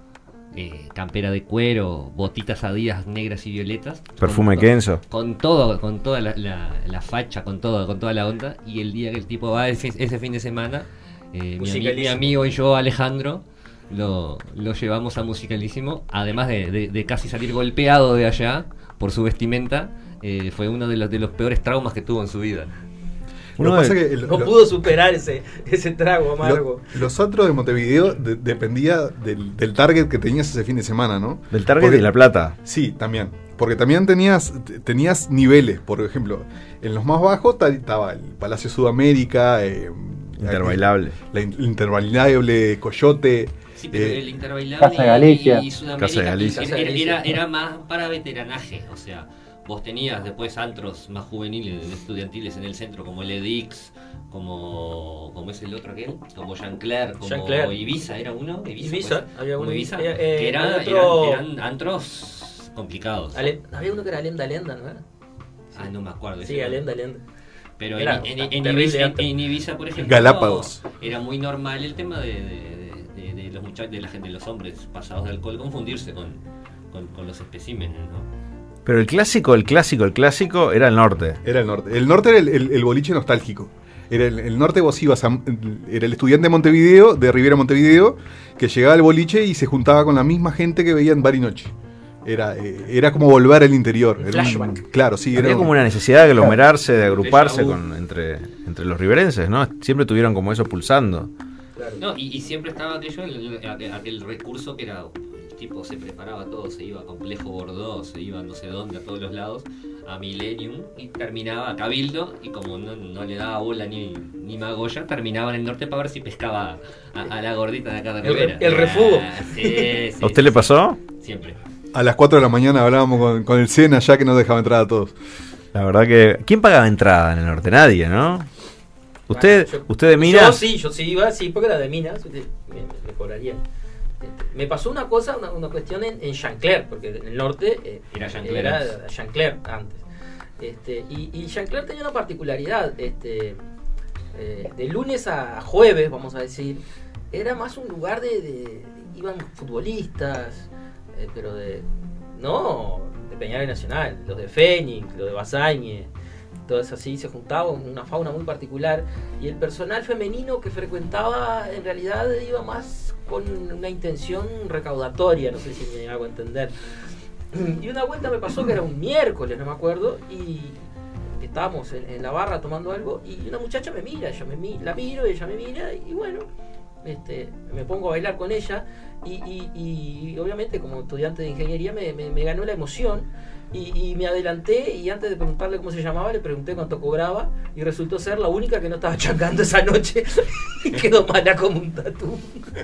eh, campera de cuero, botitas Adidas negras y violetas. Perfume con, Kenzo. Con todo, con toda la, la, la facha, con todo, con toda la onda. Y el día que el tipo va ese, ese fin de semana, eh, mi, ami, mi amigo y yo, Alejandro, lo, lo llevamos a Musicalísimo. Además de, de, de casi salir golpeado de allá por su vestimenta, eh, fue uno de los, de los peores traumas que tuvo en su vida. Lo Uno pasa de- que el- No lo- pudo superar ese, ese trago amargo. lo- los otros de Montevideo de- dependía del, del target que tenías ese fin de semana, ¿no? Del Target Porque- y La Plata. Sí, también. Porque también tenías, t- tenías niveles. Por ejemplo, en los más bajos ta- estaba el Palacio Sudamérica, eh, Interbailable. la in- Interbailable, Coyote. Sí, pero eh, el Interbailable Casa de Galicia. y, y Sudamérica Casa de Galicia. era, era, era más para veteranaje, o sea, vos tenías después antros más juveniles, estudiantiles en el centro, como el Edix, como, como es el otro aquel, como Jean Clair, como Jean Clair. Ibiza, ¿era uno? Ibiza, Ibiza, pues, había como uno, Ibiza, eh, que eh, era- otro- eran, eran antros complicados. Ale- había uno que era Alenda Lenda, ¿no era? Ah, no me acuerdo. Sí, ese era. Alenda Lenda. Pero Era en, en- en terrible Ibiza, antro. en Ibiza, por ejemplo, Galápagos. era muy normal el tema de, de- de- de los muchachos, de la gente, de los hombres pasados de alcohol, confundirse con, con, con los especímenes, ¿no? Pero el clásico, el clásico, el clásico era el norte. Era el norte. El norte era el, el- el boliche nostálgico. Era el, el norte, vos ibas a- era el estudiante de Montevideo, de Rivera Montevideo, que llegaba al boliche y se juntaba con la misma gente que veía en bar y noche. Era, eh, era como volver al interior. Un Era un- flashback. claro, sí. Había Era como una necesidad de aglomerarse, de agruparse Déjà vu. con, entre, entre los riverenses, ¿no? Siempre tuvieron como eso pulsando. Claro. No, y, y siempre estaba aquello, el- el- aquel, aquel recurso que era, el tipo se preparaba todo, se iba a Complejo Bordeaux, se iba no sé dónde, a todos los lados, a Millennium, y terminaba a Cabildo, y como no, no le daba bola ni, ni magolla, terminaba en el norte para ver si pescaba a, a la gordita de acá de El re- Rivera. el refugo. Ah, sí, sí, ¿A usted le pasó? siempre. a las cuatro de la mañana hablábamos con, con el Sena ya que nos dejaba entrar a todos. La verdad que... ¿Quién pagaba entrada en el norte? Nadie, ¿no? ¿Usted, Bueno, yo- usted de Yo Minas? sí, yo sí iba, sí, porque era de Minas, me, me cobrarían. Este, Me pasó una cosa, una, una cuestión en, en Chancler, porque en el norte eh, Era Chancler era antes. Chancler antes. Este, y, y Chancler tenía una particularidad, este, eh, de lunes a jueves, vamos a decir, era más un lugar de, de- iban futbolistas, eh, pero de, no, de Peñarol Nacional, los de Fénix, los de Basañe, todo eso así, se juntaba una fauna muy particular, y el personal femenino que frecuentaba en realidad iba más con una intención recaudatoria, no sé si me hago entender. Y una vuelta me pasó que era un miércoles, no me acuerdo, y estábamos en, en la barra tomando algo, y una muchacha me mira, yo me mi- la miro, ella me mira, y bueno, este, me pongo a bailar con ella, y, y- y obviamente como estudiante de ingeniería me, me- me ganó la emoción, y, y me adelanté, y antes de preguntarle cómo se llamaba, le pregunté cuánto cobraba, y resultó ser la única que no estaba changando esa noche, y quedó mala como un tatú.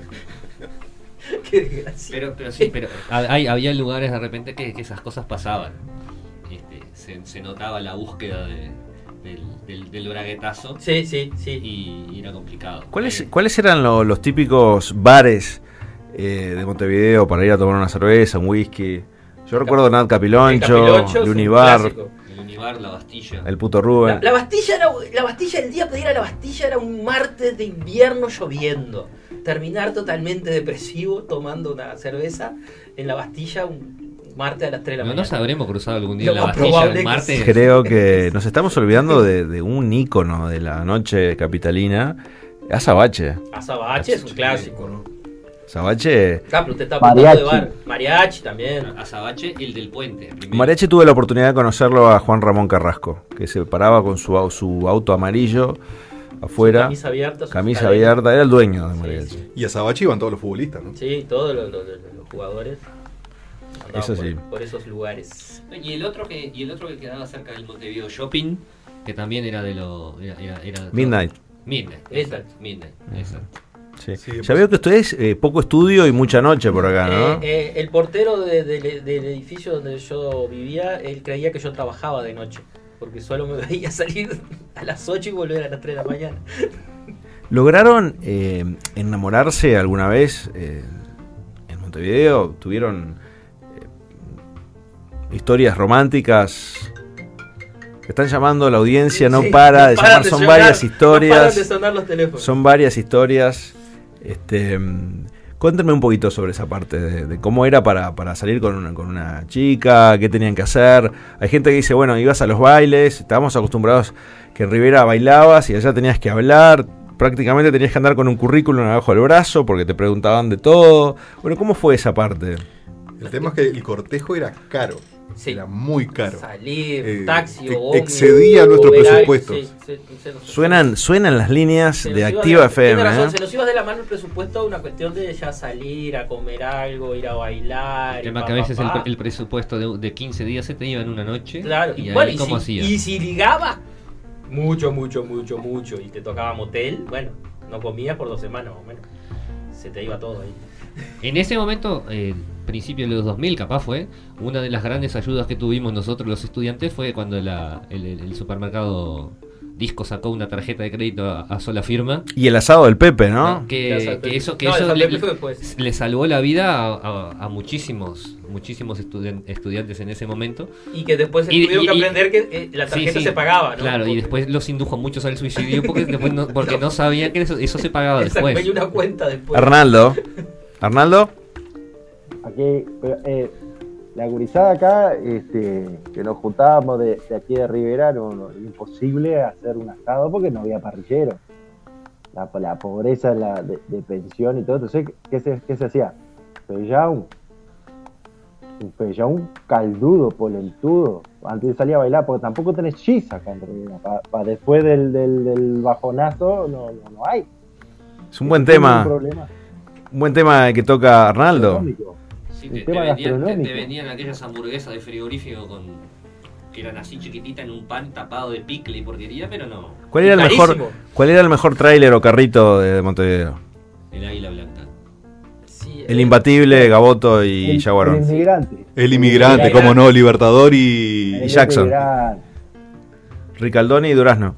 Qué desgracia. Pero, pero sí, pero hay, había lugares de repente que, que esas cosas pasaban. Este, se, se notaba la búsqueda de, del, del, del braguetazo Sí, sí, sí. y, y era complicado. ¿Cuáles, Eh, ¿Cuáles eran lo- los típicos bares eh, de Montevideo para ir a tomar una cerveza, un whisky? Yo recuerdo Nat El Capiloncho, Capiloncho es el un Unibar, clásico. El Univar, la Bastilla. el puto Rubén. La, la Bastilla era, la Bastilla, el día de ir a la Bastilla era un martes de invierno lloviendo. Terminar totalmente depresivo tomando una cerveza en la Bastilla, un, martes a las tres de la No mañana. nos habremos cruzado algún día Lo en la más Bastilla probable en que Marte. sí. Creo que nos estamos olvidando de, de un ícono de la noche capitalina, Azabache. Azabache es un clásico, ¿no? Azabache. Ah, pero usted está apuntando de Mariachi. bar. Mariachi también. Azabache, el del puente. el primero. Mariachi tuve la oportunidad de conocerlo a Juan Ramón Carrasco, que se paraba con su, au- su auto amarillo afuera, Camisa abierta. su camisa cadena. abierta, era el dueño de Sí, Mariachi. sí. Y a Sabachi iban todos los futbolistas, ¿no? Sí, todos los, los- los- los jugadores andaban Eso por, sí. por esos lugares. Y el otro que y el otro que quedaba cerca del Montevideo Shopping, que también era de lo era, era, era- Midnight. Midnight, exacto, Midnight, exacto. Sí. Sí, Ya pues. veo que ustedes eh, poco estudio y mucha noche por acá, ¿no? Eh, eh, el portero de- de- del edificio donde yo vivía, él creía que yo trabajaba de noche, porque solo me veía salir a las ocho y volver a las tres de la mañana. ¿Lograron eh, enamorarse alguna vez eh, en Montevideo? ¿Tuvieron eh, historias románticas? Están llamando a la audiencia, no Sí, para de no paran llamar, de son sonar, varias No paran historias. de sonar los teléfonos. Son varias historias. Este, mm, cuéntenme un poquito sobre esa parte de, de cómo era para, para salir con una, con una chica, qué tenían que hacer. Hay gente que dice, bueno, ibas a los bailes, estábamos acostumbrados que en Rivera bailabas y allá tenías que hablar, prácticamente tenías que andar con un currículum abajo del brazo porque te preguntaban de todo. Bueno, ¿cómo fue esa parte? El tema es que el cortejo era caro. Sí. Era muy caro. Salir, Eh, taxi ex- o ómnibus, excedía nuestros Uber, presupuestos. sí, sí, se nos- Suenan, suenan las líneas se nos de iba Activa de- F M. tiene razón, ¿eh? se nos iba de la mano el presupuesto a una cuestión de ya salir a comer algo, ir a bailar. El y tema pa, que a veces pa, el, pa. el presupuesto de, de quince días se te iba en una noche. Claro, y y, ahí bueno, y cómo si, hacías. y si ligabas mucho, mucho, mucho, mucho y te tocaba motel, bueno, no comías por dos semanas más o menos. Se te iba todo ahí. En ese momento, eh, principio de los dos mil capaz fue, una de las grandes ayudas que tuvimos nosotros los estudiantes fue cuando la, el, el- el supermercado Disco sacó una tarjeta de crédito a, a sola firma. Y el asado del Pepe, ¿no? Que, que eso, que No, eso el le, Pepe fue después. le salvó la vida a, a- a muchísimos muchísimos estudien- estudiantes en ese momento. Y que después se Y- tuvieron y- que y- aprender que eh, la Sí, tarjeta sí, se pagaba, ¿no? Claro, y Porque- después los indujo a muchos al suicidio porque, después no, porque no sabían que eso, eso se pagaba Exacto, después. hay una cuenta después. Arnaldo. Arnaldo. Aquí, pero, eh, la gurizada acá, este, que nos juntábamos de, de aquí de Rivera, no, no, imposible hacer un asado porque no había parrillero. La, la pobreza la, de, de pensión y todo. Entonces, ¿qué se, qué se hacía? Feijão. Un feijão caldudo, polentudo. Antes de salir a bailar, porque tampoco tenés chis acá en Rivera. Para pa después del, del, del bajonazo, no, no, no hay. Es un buen Ese es tema. un problema Un buen tema que toca Arnaldo. económico. Sí, El te, te tema vendían, te- te gastronómico. vendían aquellas hamburguesas de frigorífico con que eran así chiquititas en un pan tapado de picle y porquería, pero no, ¿Cuál era el Carísimo. mejor, cuál era el mejor tráiler o carrito de, de Montevideo? el águila blanca. Sí, El eh, imbatible, Gaboto y El- Jaguarón. El inmigrante. El inmigrante, El como no, Libertador y... El Jackson. inmigrante. Ricaldoni y Durazno.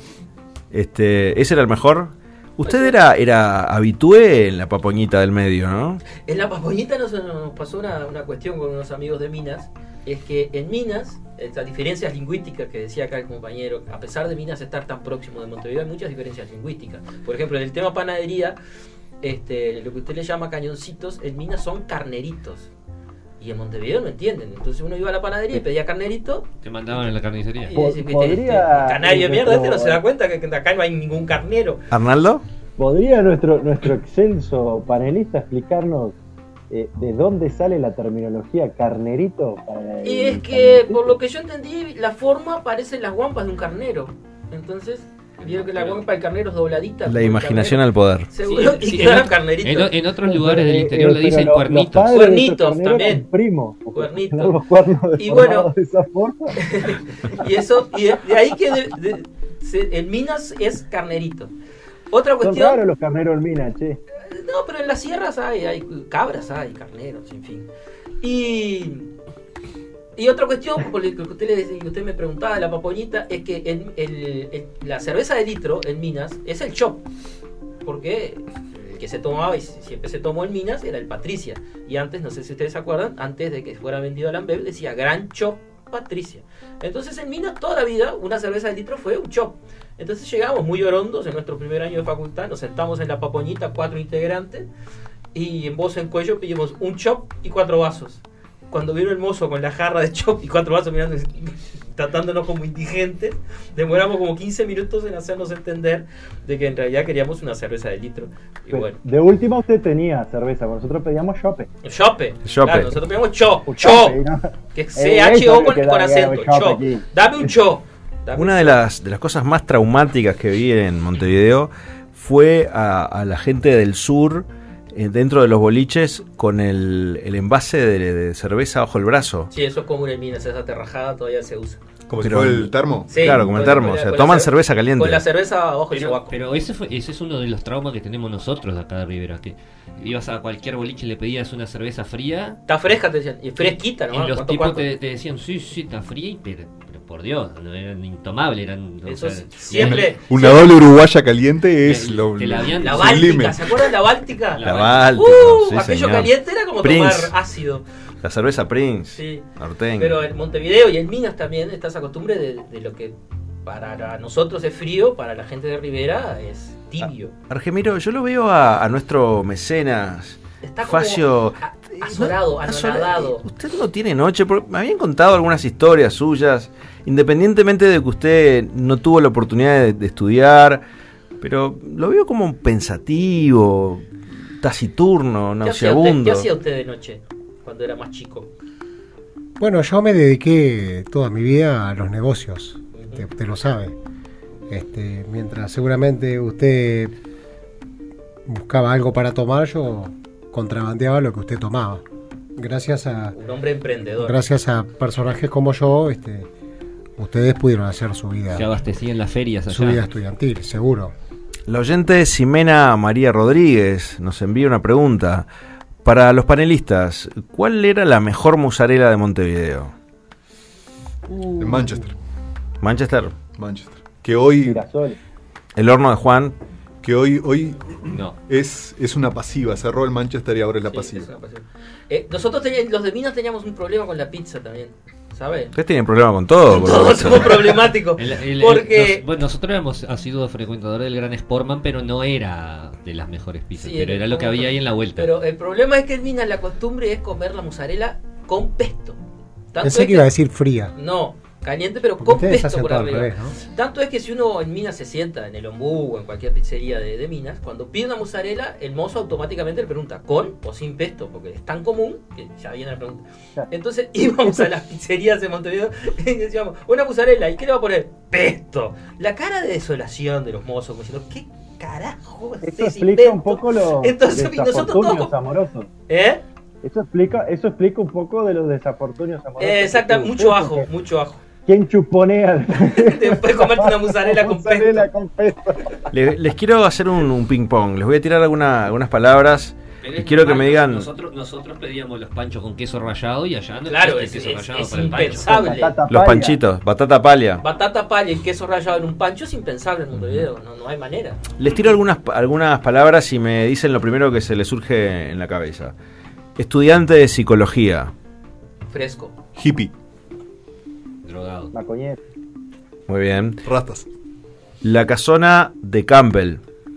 Este, ¿ese era el mejor? Usted era, era habitué en la papoñita del medio, ¿no? En la Papoñita nos, nos pasó una, una cuestión con unos amigos de Minas, es que en Minas, estas diferencias lingüísticas que decía acá el compañero, a pesar de Minas estar tan próximo de Montevideo, hay muchas diferencias lingüísticas. Por ejemplo, en el tema panadería, este, lo que usted le llama cañoncitos, en Minas son carneritos. Y en Montevideo no entienden. Entonces uno iba a la panadería y pedía carnerito. Te mandaban en la carnicería. Y Po- dice, este, podría- este canario de mierda, este no nuestro- se da cuenta que que acá no hay ningún carnero. ¿Arnaldo? ¿Podría nuestro, nuestro excelso panelista explicarnos eh, de dónde sale la terminología carnerito? Para Y el es que, carnerito? por lo que yo entendí, la forma parece las guampas de un carnero. Entonces, vieron que la guampa del carnero es dobladita. La imaginación al poder. Seguro, Sí, y sí, quedaron en- carneritos. En, en otros lugares del Eh, interior eh, le pero dicen lo- los cuernitos. padres de esos Cuernitos carneros también. eran primos. porque Cuernitos. tener los cuernos Y bueno, deformados de esa forma. Y eso, y de, de ahí que de- de- se- en Minas es carnerito. Otra Son cuestión. raros los carneros en Mina, che. No, pero en las sierras hay, hay cabras, hay carneros, en fin. Y, y otra cuestión, por lo que usted, le decía- que usted me preguntaba de la papoñita, es que en, el- el- la cerveza de litro en Minas es el chop. Porque el que se tomaba y siempre se tomó en Minas era el Patricia. Y antes, no sé si ustedes se acuerdan, antes de que fuera vendido al Ambev, decía Gran Chop Patricia. Entonces en Minas toda la vida una cerveza de litro fue un chop. Entonces llegamos muy orondos en nuestro primer año de facultad, nos sentamos en la papoñita, cuatro integrantes, y en voz en cuello pedimos un chop y cuatro vasos. cuando vino el mozo con la jarra de chop y cuatro vasos mirando, tratándonos como indigentes, demoramos como quince minutos en hacernos entender de que en realidad queríamos una cerveza de litro. Y Pero, bueno, de última usted tenía cerveza, nosotros pedíamos chope. chope. Chope. Claro, nosotros pedimos cho, Un cho, chope, ¿no? que es Eh, C H O eso con, que con da- acento, chope cho. aquí. Dame un cho. Dame Una un de cho. las, de las cosas más traumáticas que vi en Montevideo fue a, a la gente del sur eh, dentro de los boliches con el, el envase de, de cerveza bajo el brazo. Sí, eso es común en Minas, esa terrajada todavía se usa. Como Pero- si fuera el termo. Sí, Claro, como el con- termo, con o la- sea, con la toman cer- cerveza caliente. Con la cerveza bajo el Pero, sobaco. pero ese, fue, ese es uno de los traumas que tenemos nosotros de acá de Rivera, que ibas a cualquier boliche y le pedías una cerveza fría Está fresca, te decían, y fresquita, ¿no? y los ¿Cuánto, tipos cuánto? te, te decían, sí, sí, está fría, y pero, pero por Dios, no, eran intomables, eran... o Eso sea, es- siempre- Una Sí. doble uruguaya caliente es Te- lo, te la habían- La sublime. Báltica, ¿se acuerdan de la Báltica? La Báltica, Uh, sí, aquello señor. caliente era como Prince. tomar ácido. La cerveza Prince, Sí. norteña. Pero en Montevideo y en Minas también está esa costumbre de, de lo que para nosotros es frío, para la gente de Rivera es tibio. Argemiro, yo lo veo a, a nuestro mecenas Está como Facio a- azorado, anonadado. Usted no tiene noche, porque me habían contado algunas historias suyas, independientemente de que usted no tuvo la oportunidad de, de estudiar, pero lo veo como pensativo, taciturno, ¿Qué hacía, usted, nauseabundo. ¿Qué hacía usted de noche cuando era más chico? Bueno, yo me dediqué toda mi vida a los negocios, usted, usted lo sabe. Este, mientras seguramente usted buscaba algo para tomar, yo contrabandeaba lo que usted tomaba. Gracias a, Un hombre emprendedor. gracias a personajes como yo, este, ustedes pudieron hacer su vida, se abastecían las ferias su vida allá. estudiantil, seguro. La oyente Ximena María Rodríguez nos envía una pregunta. Para los panelistas, ¿cuál era la mejor mozzarella de Montevideo? En Manchester. Manchester, Manchester. Que hoy, Girasol. el horno de Juan. que hoy, hoy No. es, es una pasiva. Cerró el Manchester y ahora es la Sí, pasiva. es una pasión. Eh, nosotros teníamos, los de Minas teníamos un problema con la pizza también, ¿sabes? Ustedes tienen problema con todo. por lo Todos visto. somos problemáticos. El- el- el- porque nos- bueno, nosotros éramos ha sido frecuentadores del Gran Sportman, pero no era de las mejores pizzas, Sí, pero era lo que había ahí en la vuelta. Pero el problema es que en Minas la costumbre es comer la mozzarella con pesto. Tanto Pensé es que iba a decir fría. No, caliente pero Porque con ustedes pesto hacen por todo al arriba. revés, ¿no? Tanto es que si uno en Minas se sienta en el Ombú o en cualquier pizzería de, de Minas, cuando pide una mozzarella, el mozo automáticamente le pregunta ¿con o sin pesto? Porque es tan común que ya viene la pregunta. Entonces íbamos a las pizzerías de Montevideo y decíamos, una mozzarella, ¿y qué le va a poner? Pesto. La cara de desolación de los mozos, como diciendo, ¿qué carajo es Eso ese explica invento? un poco los Entonces, y nosotros todos desafortunios con- amorosos. ¿Eh? Eso explica, eso explica un poco de los desafortunios amorosos. Eh, que exacto, tuvo mucho usted, ajo, porque mucho ajo. ¿Quién chuponea? Después de comerte una mozzarella con Mozzarella pesto. con pesto. Le- les quiero hacer un, un ping pong. Les voy a tirar alguna- algunas palabras Pero y es quiero que normal, me digan. Nosotros, nosotros pedíamos los panchos con queso rallado y allá no Claro, existe es, queso es- rallado es para el pancho. impensable. Batata Los paya. panchitos, batata palia. Batata palha y queso rallado en un pancho es impensable en Montevideo, no, no hay manera. Les tiro algunas, algunas palabras y me dicen lo primero que se les surge en la cabeza. Estudiante de psicología. Fresco. Hippie. Drogado. Macoñete. Muy bien. Rastas. La casona de Campbell.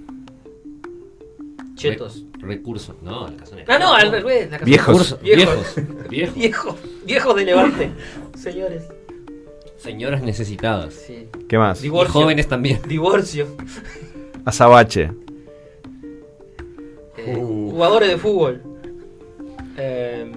Chetos. Re- recursos, no, la casona de- Ah, no, al revés. la casa- Viejos. Recursos, Viejos. viejos, viejos. Viejos. Viejos de Levante. Señores. Señoras necesitadas. Sí. ¿Qué más? Y Divorcio. jóvenes también. Divorcio. Azabache. Eh, Uh. Jugadores de fútbol. Eh,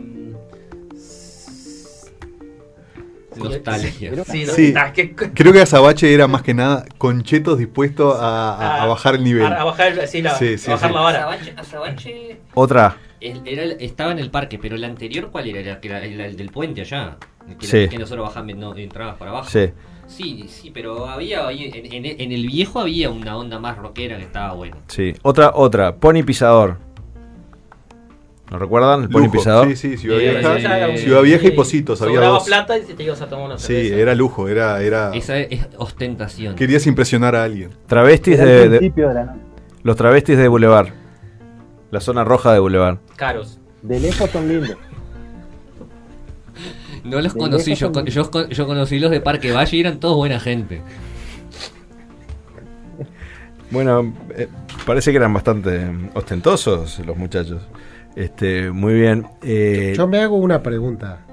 Nostalgia. Sí, no, Sí. ah, que- Creo que Azabache era más que nada con chetos dispuestos a, a- a bajar el nivel. A, a bajar, el- sí, la, Sí, sí, a bajar sí. la vara. Azabache, Azabache, Otra. el- era el- estaba en el parque, pero el anterior, ¿cuál era? Era, que era el, el del puente allá. El que, Sí. que nosotros bajamos, no, entrabas para abajo. Sí. Sí, sí, pero había ahí- en, en- en el viejo había una onda más rockera que estaba buena. Sí. Otra, otra. Pony Pisador. ¿Lo recuerdan? El Pony Lujo. Pisador. Sí, sí, Ciudad Eh, Vieja. esa era un- Ciudad Vieja y Sí, Positos, había sobraba dos. plata y te ibas a tomar una Sí, cerveza. era lujo, era, era. Esa es ostentación. Querías impresionar a alguien. Travestis Era de, el de- principio de la noche. Los travestis de Boulevard. La zona roja de Boulevard. Caros. De lejos son lindos. No los De conocí, lejos yo, son- con- yo, con- yo conocí los de Parque Valle y eran todos buena gente. Bueno, eh, parece que eran bastante ostentosos los muchachos. Este, muy bien. Eh, Yo me hago una pregunta.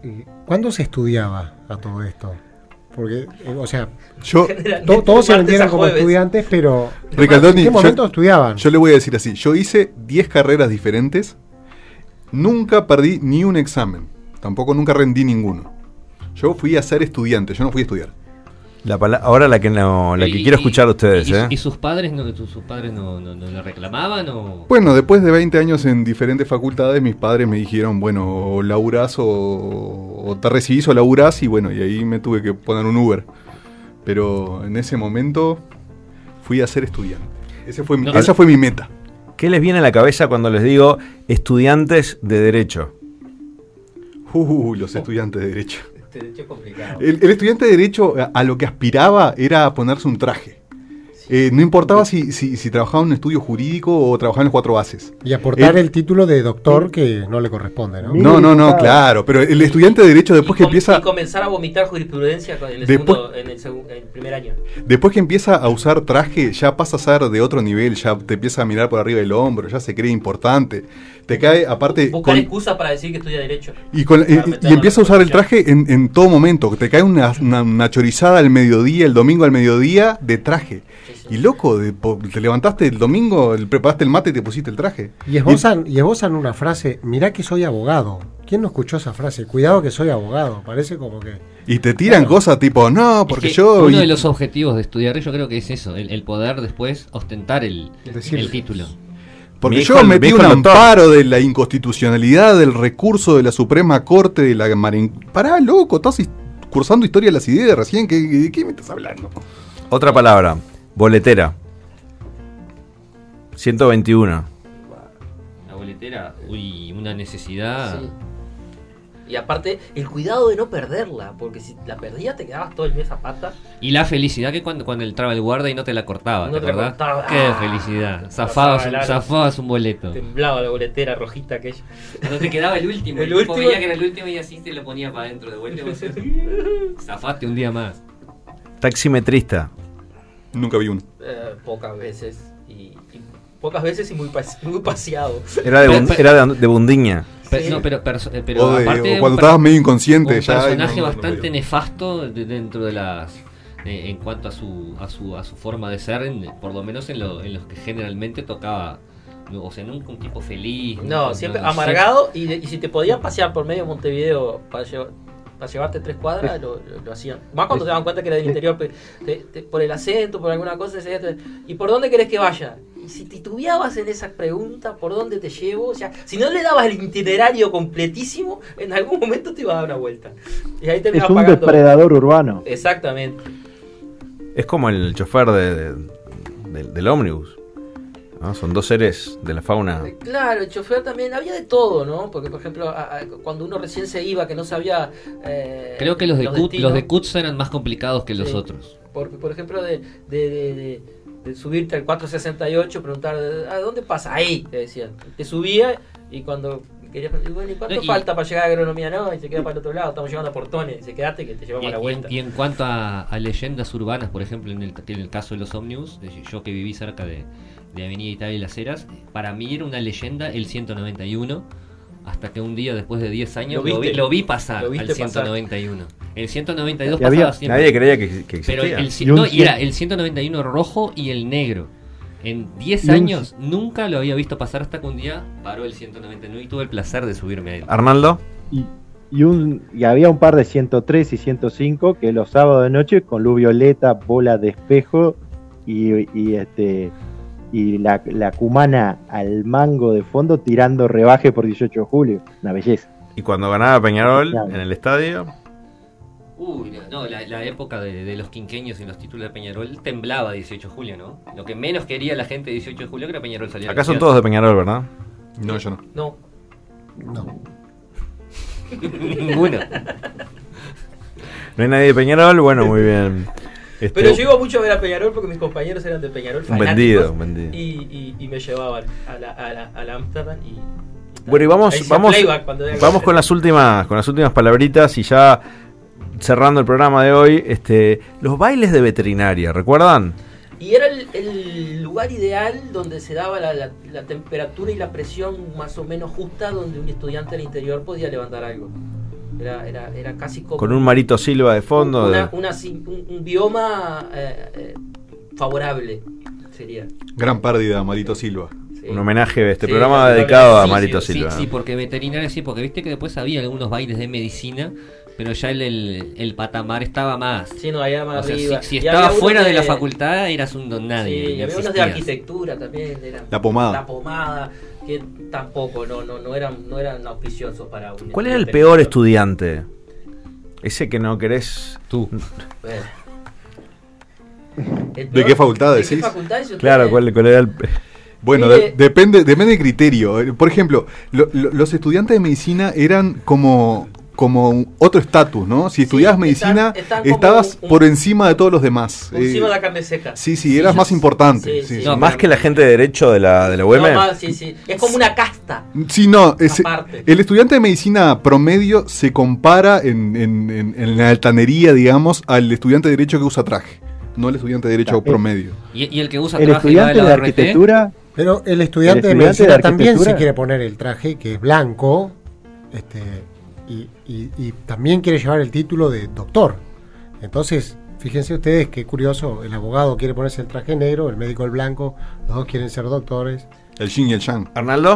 eh, ¿cuándo se estudiaba a todo esto? Porque, eh, o sea, Yo, Generalmente, to- todos se martes vendieron a como jueves. estudiantes, pero Ricardoni, ¿en qué momento yo- estudiaban? yo le voy a decir así, yo hice diez carreras diferentes, nunca perdí ni un examen, tampoco nunca rendí ninguno. Yo fui a ser estudiante, yo no fui a estudiar. La pala- ahora la que no, la que Y- quiero y- escuchar a ustedes, y, ¿eh? ¿Y sus padres no, tus- sus padres no, no, no le reclamaban o...? Bueno, después de veinte años en diferentes facultades, mis padres me dijeron, bueno, o laburás o, o te recibís o laburás, y bueno, y ahí me tuve que poner un Uber. Pero en ese momento fui a ser estudiante. Ese fue, mi- No, esa fue mi meta. ¿Qué les viene a la cabeza cuando les digo estudiantes de Derecho? Uh, los estudiantes de Derecho. Este derecho es complicado. El, el estudiante de Derecho a, a lo que aspiraba era a ponerse un traje. Eh, no importaba si, si, si trabajaba en un estudio jurídico o trabajaba en los cuatro bases. Y aportar Eh, el título de doctor que no le corresponde, ¿no? Mil No, no, no, diputados. claro. Pero el estudiante de Derecho después y, que com- empieza... y comenzar a vomitar jurisprudencia con- en el, Después- segundo, en el, segu- en el primer año. Después que empieza a usar traje, ya pasa a ser de otro nivel, ya te empieza a mirar por arriba del hombro, ya se cree importante. Te cae, aparte, Buscar con- excusas para decir que estudia Derecho. y, con- Para y- meterlo y empieza a en la usar el profesión. traje en, en todo momento. Te cae una, una, una chorizada al mediodía, el domingo al mediodía, de traje. Sí, sí. Y loco, de- po- te levantaste el domingo, el- preparaste el mate y te pusiste el traje. Y esbozan, y esbozan una frase, mirá que soy abogado. ¿Quién no escuchó esa frase? Cuidado que soy abogado. Parece como que... Y te tiran cosas tipo, no, porque Es que yo... uno y- de los objetivos de estudiar yo creo que es eso, el, el poder después ostentar el, Decir- el título. Porque Mi yo hijo- mi metí hijo un el doctor. amparo de la inconstitucionalidad del recurso de la Suprema Corte de la Marin... Pará, loco, estás his- cursando historia de las ideas recién, ¿qué, ¿de qué me estás hablando? Otra palabra, boletera. ciento veintiuno. La boletera, uy, una necesidad. Sí. Y aparte, el cuidado de no perderla, porque si la perdías te quedabas todo el mes a pata. Y la felicidad que cuando, cuando entraba el guarda y no te la cortaba, No ¿te te la acordás? cortaba. Qué Ah, felicidad. Zafabas, un, claro. zafabas un boleto. Temblaba la boletera rojita aquella. Cuando te quedaba el último, El el tipo último. veía que era el último y así te lo ponía para adentro de vuelta y vos decías, zafaste un día más. Taximetrista. Nunca vi uno. Eh, pocas veces. Y, y pocas veces y muy, pas- muy paseado. Era de, Pero- Bun- pero- era de, de Bundiña. Pe- Sí. no, pero, perso- eh, pero O, de- aparte o un cuando per- estabas medio inconsciente. un ya, ay, personaje no, no, no, bastante no. nefasto de- dentro de las eh, en cuanto a su a su a su forma de ser, en- por lo menos en, lo, en los que generalmente tocaba, o sea, nunca un tipo feliz. No, nunca- siempre no sé. amargado. Y, de- y si te podían pasear por medio de Montevideo para, llevar- para llevarte tres cuadras, lo, lo- lo hacían. Más cuando se daban cuenta que era del interior, pe- te- te- por el acento, por alguna cosa. decían, ¿y por dónde querés que vaya? Y si titubeabas en esa pregunta, ¿por dónde te llevo? O sea, si no le dabas el itinerario completísimo, en algún momento te iba a dar una vuelta. Y ahí Es terminabas un pagando. depredador urbano. Exactamente. Es como el chofer de, de- del- del ómnibus. ¿no? Son dos seres de la fauna. Claro, el chofer también, había de todo, ¿no? Porque, por ejemplo, a- a- cuando uno recién se iba, que no sabía... eh, Creo que los de Cut, destinos, los de Cuts eran más complicados que los Sí. otros. Por, por ejemplo, de, de, de, de- de subirte al cuatrocientos sesenta y ocho, preguntar, ¿a dónde pasa? Ahí, te decían. Te subía y cuando querías, y bueno, ¿y cuánto No, y- falta para llegar a agronomía? No, y se queda para el otro lado, estamos llegando a Portones, y se quedaste que te llevamos Y, a la y- vuelta. y en cuanto a, a leyendas urbanas, por ejemplo, en el, en el caso de los ómnibus, de- yo que viví cerca de, de Avenida Italia y Las Heras, para mí era una leyenda el ciento noventa y uno, hasta que un día, después de diez años, ¿Lo lo, vi, viste? lo vi pasar ¿Lo viste al ciento noventa y uno. El ciento noventa y dos Y había- pasaba siempre. Nadie creía que, que Pero existía. el, ci- Y un no, y era cien- el ciento noventa y uno rojo y el negro. En diez Y un años nunca lo había visto pasar hasta que un día paró el ciento noventa y nueve y tuve el placer de subirme a él. Arnaldo. Y, y, un, y había un par de ciento tres y ciento cinco que los sábados de noche con luz violeta, bola de espejo y, y este y la, la cumana al mango de fondo tirando rebaje por dieciocho de julio. Una belleza. Y cuando ganaba Peñarol Claro. en el estadio, Uy, no, no, la, la época de, de los quinqueños y los títulos de Peñarol temblaba dieciocho de julio, ¿no? Lo que menos quería la gente de dieciocho de julio que era Peñarol saliera. acá son todos de Peñarol, ¿verdad? No, yo no. No, No. Ninguno. No hay nadie de Peñarol, bueno, muy bien. Este, pero yo iba mucho a ver a Peñarol porque mis compañeros eran de Peñarol un fanáticos. vendido, un vendido. Y, y, y me llevaban a la, a la, a la Amsterdam y, y Bueno, y ahí vamos, hacía vamos, playback cuando había que vamos hacer. con las últimas, con las últimas palabritas y ya cerrando el programa de hoy, este, los bailes de veterinaria, ¿recuerdan? Y era el, el lugar ideal donde se daba la, la- la temperatura y la presión más o menos justa donde un estudiante del interior podía levantar algo. Era, era, era casi como... Con un Marito Silva de fondo. Una, de... una, un, un bioma eh, eh, favorable sería. Gran pérdida, Marito Silva. Sí. Un homenaje, este Sí, programa sí, dedicado a sí, Marito Sí, Silva. sí, porque veterinaria sí, porque viste que después había algunos bailes de medicina, pero ya el, el, el patamar estaba más. Sí, no, allá más O sea, arriba. si, si Y estaba había fuera unos de la facultad eras un don nadie. Sí, y no había unos de existías. arquitectura también. Eran, La pomada. La pomada, que tampoco, no, no, no, eran, no eran auspiciosos para un ¿Cuál era el estudiante peor de estudiante? Ese que no querés tú. Bueno. El ¿De peor- qué facultad ¿De decís? qué facultad decís Claro, usted? ¿cuál, cuál era el...? Bueno, Mire- de- depende, depende del criterio. Por ejemplo, lo- lo- los estudiantes de medicina eran como, como un- otro estatus, ¿no? Si estudiabas están- medicina, están como estabas un- por encima de todos los demás. Encima Eh, de la carne seca. sí, sí, eras yo- más importante. sí, Sí, sí. sí. No, Más que la gente de Derecho de la, de la U M. No, más, sí, sí. Es como una casta. Sí, no, es- Aparte. el estudiante de medicina promedio se compara en, en- en- en la altanería, digamos, al estudiante de derecho que usa traje, no el estudiante de derecho Claro, promedio. Y, y el que usa El traje y va de estudiante la de R T. arquitectura, Pero el estudiante, El de estudiante medicina de también se arquitectura- quiere poner el traje, que es blanco, este, y, y- y también quiere llevar el título de doctor. Entonces, fíjense ustedes qué curioso, el abogado quiere ponerse el traje negro, el médico el blanco, los dos quieren ser doctores. El yin y el yang. Arnaldo.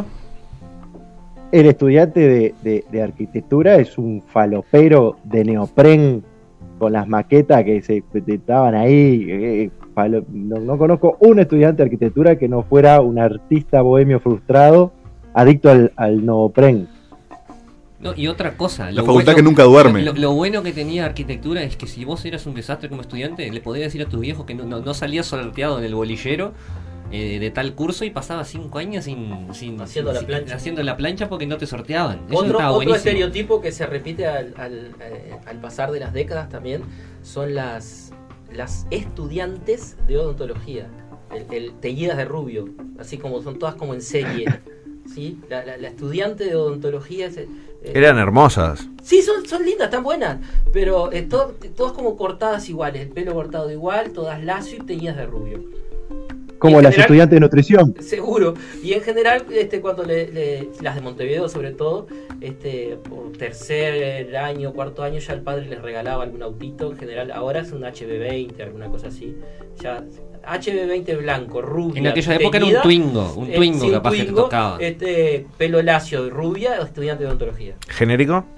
el estudiante de, de- de arquitectura es un falopero de neopren con las maquetas que se que estaban ahí. eh, falo- no, no conozco un estudiante de arquitectura que no fuera un artista bohemio frustrado, adicto al, al neopren. No, y otra cosa. La facultad que nunca duerme. Lo, lo bueno que tenía arquitectura es que si vos eras un desastre como estudiante, le podías decir a tus viejos que no, no, no salías sorteado en el bolillero eh, de tal curso y pasabas cinco años sin, sin Haciendo la sin- plancha. haciendo la plancha porque no te sorteaban. Eso Otro, estaba otro buenísimo. estereotipo que se repite al, al, eh, al pasar de las décadas también son las, las estudiantes de odontología, el, el teñidas de rubio, así como son todas como en serie. ¿Sí? La, la, la estudiante de odontología es, eh, Eran hermosas. sí, son, son lindas, están buenas, pero eh, todo- todas como cortadas iguales, el pelo cortado igual, todas lacio y teñidas de rubio. Como en las general- estudiantes de nutrición. Seguro. Y en general, este, cuando le, le- las de Montevideo sobre todo, este, por tercer año, cuarto año, ya el padre les regalaba algún autito. En general, ahora es un H B veinte, alguna cosa así. Ya H B veinte blanco, rubio. En aquella época era un Twingo, un Twingo capaz que te tocaba. Este, pelo lacio, rubia, estudiante de odontología. ¿Genérico?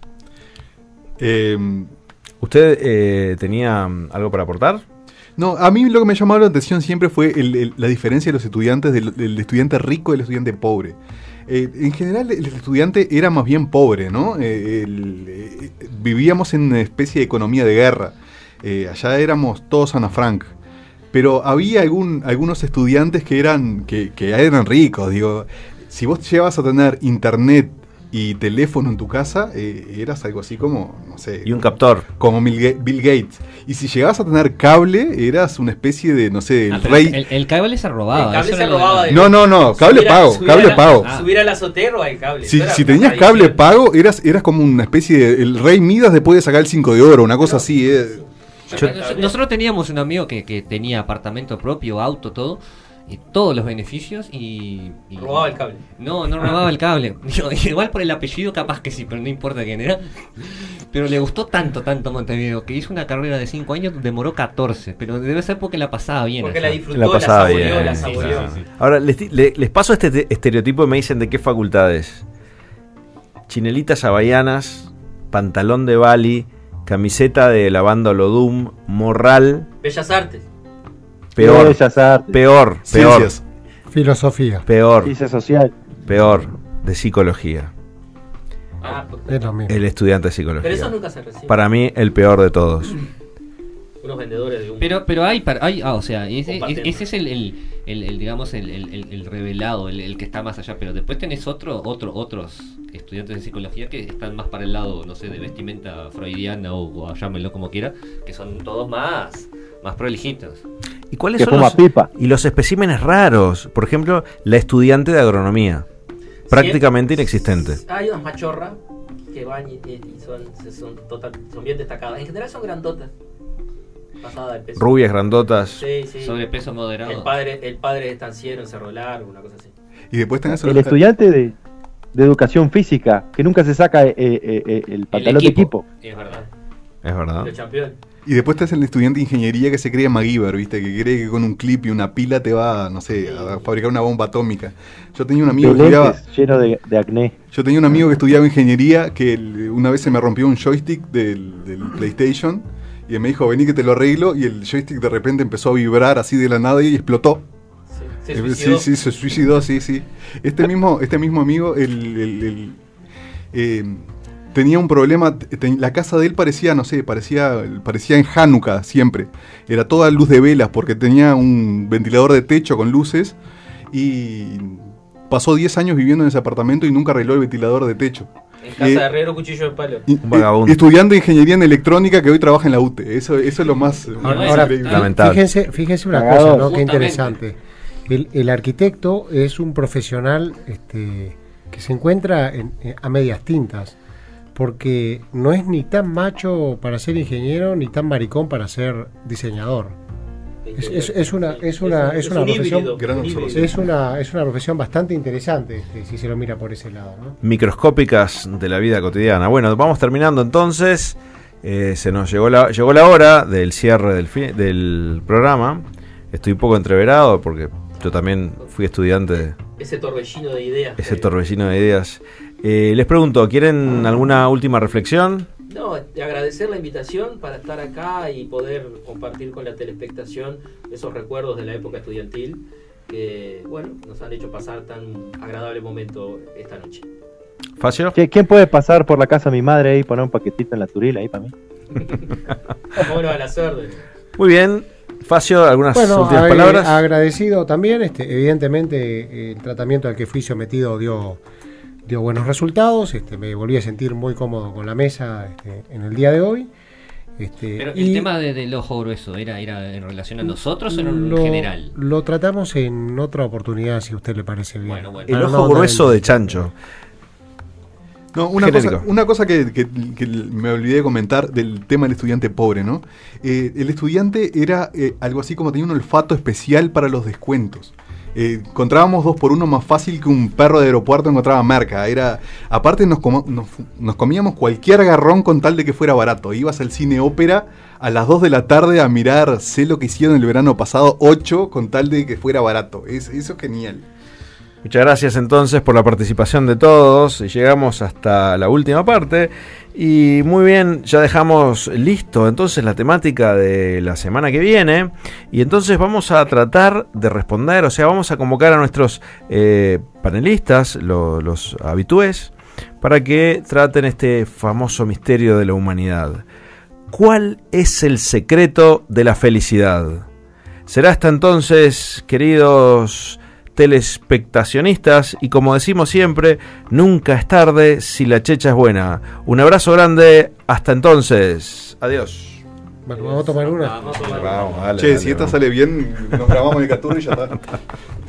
Eh, ¿Usted eh, tenía mm, algo para aportar? No, a mí lo que me llamó la atención siempre fue el- el- la diferencia de los estudiantes, del, del estudiante rico y del estudiante pobre. Eh, en general, el estudiante era más bien pobre, ¿no? Eh, el- eh, vivíamos en una especie de economía de guerra. Eh, allá éramos todos Ana Frank. Pero había algún, algunos estudiantes que eran, que, que eran ricos. Digo, si vos llegabas a tener internet y teléfono en tu casa, eh, eras algo así como, no sé, Y un captor. como Bill Ga- Bill Gates. Y si llegabas a tener cable, eras una especie de, no sé, el Ah, pero rey. el, el cable se robaba. El cable eso se era lo- robaba de- No, no, no, cable Subir a- pago, subir cable a la- pago. Ah. Subir al azotero hay cable. Si, Eso era si una tenías tradición. cable pago, eras, eras como una especie de. El rey Midas después de sacar el cinco de oro, una cosa así. eh. Yo- nosotros teníamos un amigo que, que tenía apartamento propio, auto, todo, y todos los beneficios y, y- Robaba el cable. No, no robaba el cable. Digo, igual por el apellido capaz que sí, pero no importa quién era. Pero le gustó tanto, tanto Montevideo, que hizo una carrera de cinco años, demoró catorce, pero debe ser porque la pasaba bien. Porque allá. la disfrutó, La la, pasaba saboreó, bien, la sí, saboreó. sí, sí. Ahora, les, ti- le- les paso este te- estereotipo y me dicen de qué facultades. Chinelitas havaianas, pantalón de Bali, camiseta de la banda Olodum, morral, Bellas Artes. peor, Bellas artes, peor, peor, Ciencias. Filosofía, peor, ciencia social. peor, de psicología. Ah, pues, es lo mismo. El estudiante de pero eso psicología. nunca se recibe. Para mí, el peor de todos. Unos vendedores de un. Pero, pero hay, par- hay ah, o sea, ese, Con patente. ese es el, el, el- el, digamos, el, el, el- el revelado, el, el que está más allá, pero después tenés otro, otro, otros estudiantes de psicología que están más para el lado, no sé, de vestimenta freudiana o, o llámenlo como quiera, que son todos más, más prolijitos. ¿Y cuáles Que son fuma los, pipa. y los especímenes raros? Por ejemplo, la estudiante de agronomía. Prácticamente inexistente. Hay unas machorras que van y, y son, se- son, total, son bien destacadas. En general son grandotas. Pasada de peso. Rubias, grandotas. Sí, sí. Sobrepeso moderado. El padre, el padre es estanciero en Cerro Largo, una cosa así. Y después tenés El los- estudiante de de educación física, que nunca se saca eh, eh, eh, el pantalón El de equipo. Es verdad. Es verdad. Los campeones. Y después te el estudiante de ingeniería que se cree MacGyver, ¿viste? Que cree que con un clip y una pila te va, no sé, a fabricar una bomba atómica. Yo tenía un amigo que estudiaba... lleno de, de acné. Yo tenía un amigo que estudiaba ingeniería que el- una vez se me rompió un joystick del, del PlayStation y me dijo, vení que te lo arreglo, y el joystick de repente empezó a vibrar así de la nada y explotó. Se, Eh, se suicidó. Sí, sí, se suicidó, sí, sí. Este mismo, este mismo amigo, el, el- el, eh, tenía un problema, te- la casa de él parecía, no sé, parecía, parecía en Hanukkah siempre. Era toda luz de velas porque tenía un ventilador de techo con luces y pasó diez años viviendo en ese apartamento y nunca arregló el ventilador de techo. En casa Eh, de herrero, cuchillo de palo. Y- Un vagabundo. eh, estudiante de ingeniería en electrónica que hoy trabaja en la U T E. Eso, eso es lo más, lo Ahora- más ahora- increíble. Lamentable. Fíjense, fíjense una Cagador. cosa, ¿no? Qué Justamente. interesante. El, el arquitecto es un profesional este, que se encuentra en- en- a medias tintas, porque no es ni tan macho para ser ingeniero ni tan maricón para ser diseñador. Es, es- es una, es una, es una un profesión, híbrido, Gran un híbrido. observación. es una, es una profesión bastante interesante este, si se lo mira por ese lado, ¿no? Microscópicas de la vida cotidiana. Bueno, vamos terminando entonces. Eh, se nos llegó la, llegó la hora del cierre del, fi- del programa. Estoy un poco entreverado porque yo también fui estudiante de Ese torbellino de ideas. ese que- torbellino de ideas. Eh, les pregunto, ¿quieren alguna última reflexión? No, de agradecer la invitación para estar acá y poder compartir con la telespectación esos recuerdos de la época estudiantil que, bueno, nos han hecho pasar tan agradable momento esta noche. ¿Facio? Che, ¿quién puede pasar por la casa de mi madre ahí y poner un paquetito en la turil ahí para mí? Vámonos a las órdenes. Muy bien. Facio, ¿algunas Bueno, últimas ag- palabras? agradecido también, este, evidentemente el tratamiento al que fui sometido dio, dio buenos resultados, este, me volví a sentir muy cómodo con la mesa este, en el día de hoy. Este, Pero y el tema de- del ojo grueso, ¿era, ¿era en relación a nosotros o en lo, general? lo tratamos en otra oportunidad, si a usted le parece bien. Bueno, bueno. El Para no ojo ahondar grueso en- de chancho. No, una Genérico. cosa, una cosa que, que- que me olvidé de comentar del tema del estudiante pobre, ¿no? Eh, el estudiante era eh, algo así como tenía un olfato especial para los descuentos. Eh, encontrábamos dos por uno más fácil que un perro de aeropuerto encontraba merca. Era, aparte nos, como- nos, nos comíamos cualquier garrón con tal de que fuera barato. Ibas al cine ópera a las dos de la tarde a mirar Sé lo que hicieron el verano pasado, ocho, con tal de que fuera barato. Es, eso es genial. Muchas gracias entonces por la participación de todos. Y llegamos hasta la última parte. Y muy bien, ya dejamos listo entonces la temática de la semana que viene. Y entonces vamos a tratar de responder, o sea, vamos a convocar a nuestros eh, panelistas, lo- los habitués, para que traten este famoso misterio de la humanidad. ¿Cuál es el secreto de la felicidad? Será hasta entonces, queridos telespectacionistas, y como decimos siempre, nunca es tarde si la checha es buena. Un abrazo grande, hasta entonces. Adiós. Bueno, vamos a tomar una. Vamos a tomar una. Vamos, dale, Che, dale, si esta vamos. sale bien, nos grabamos el captura y ya está.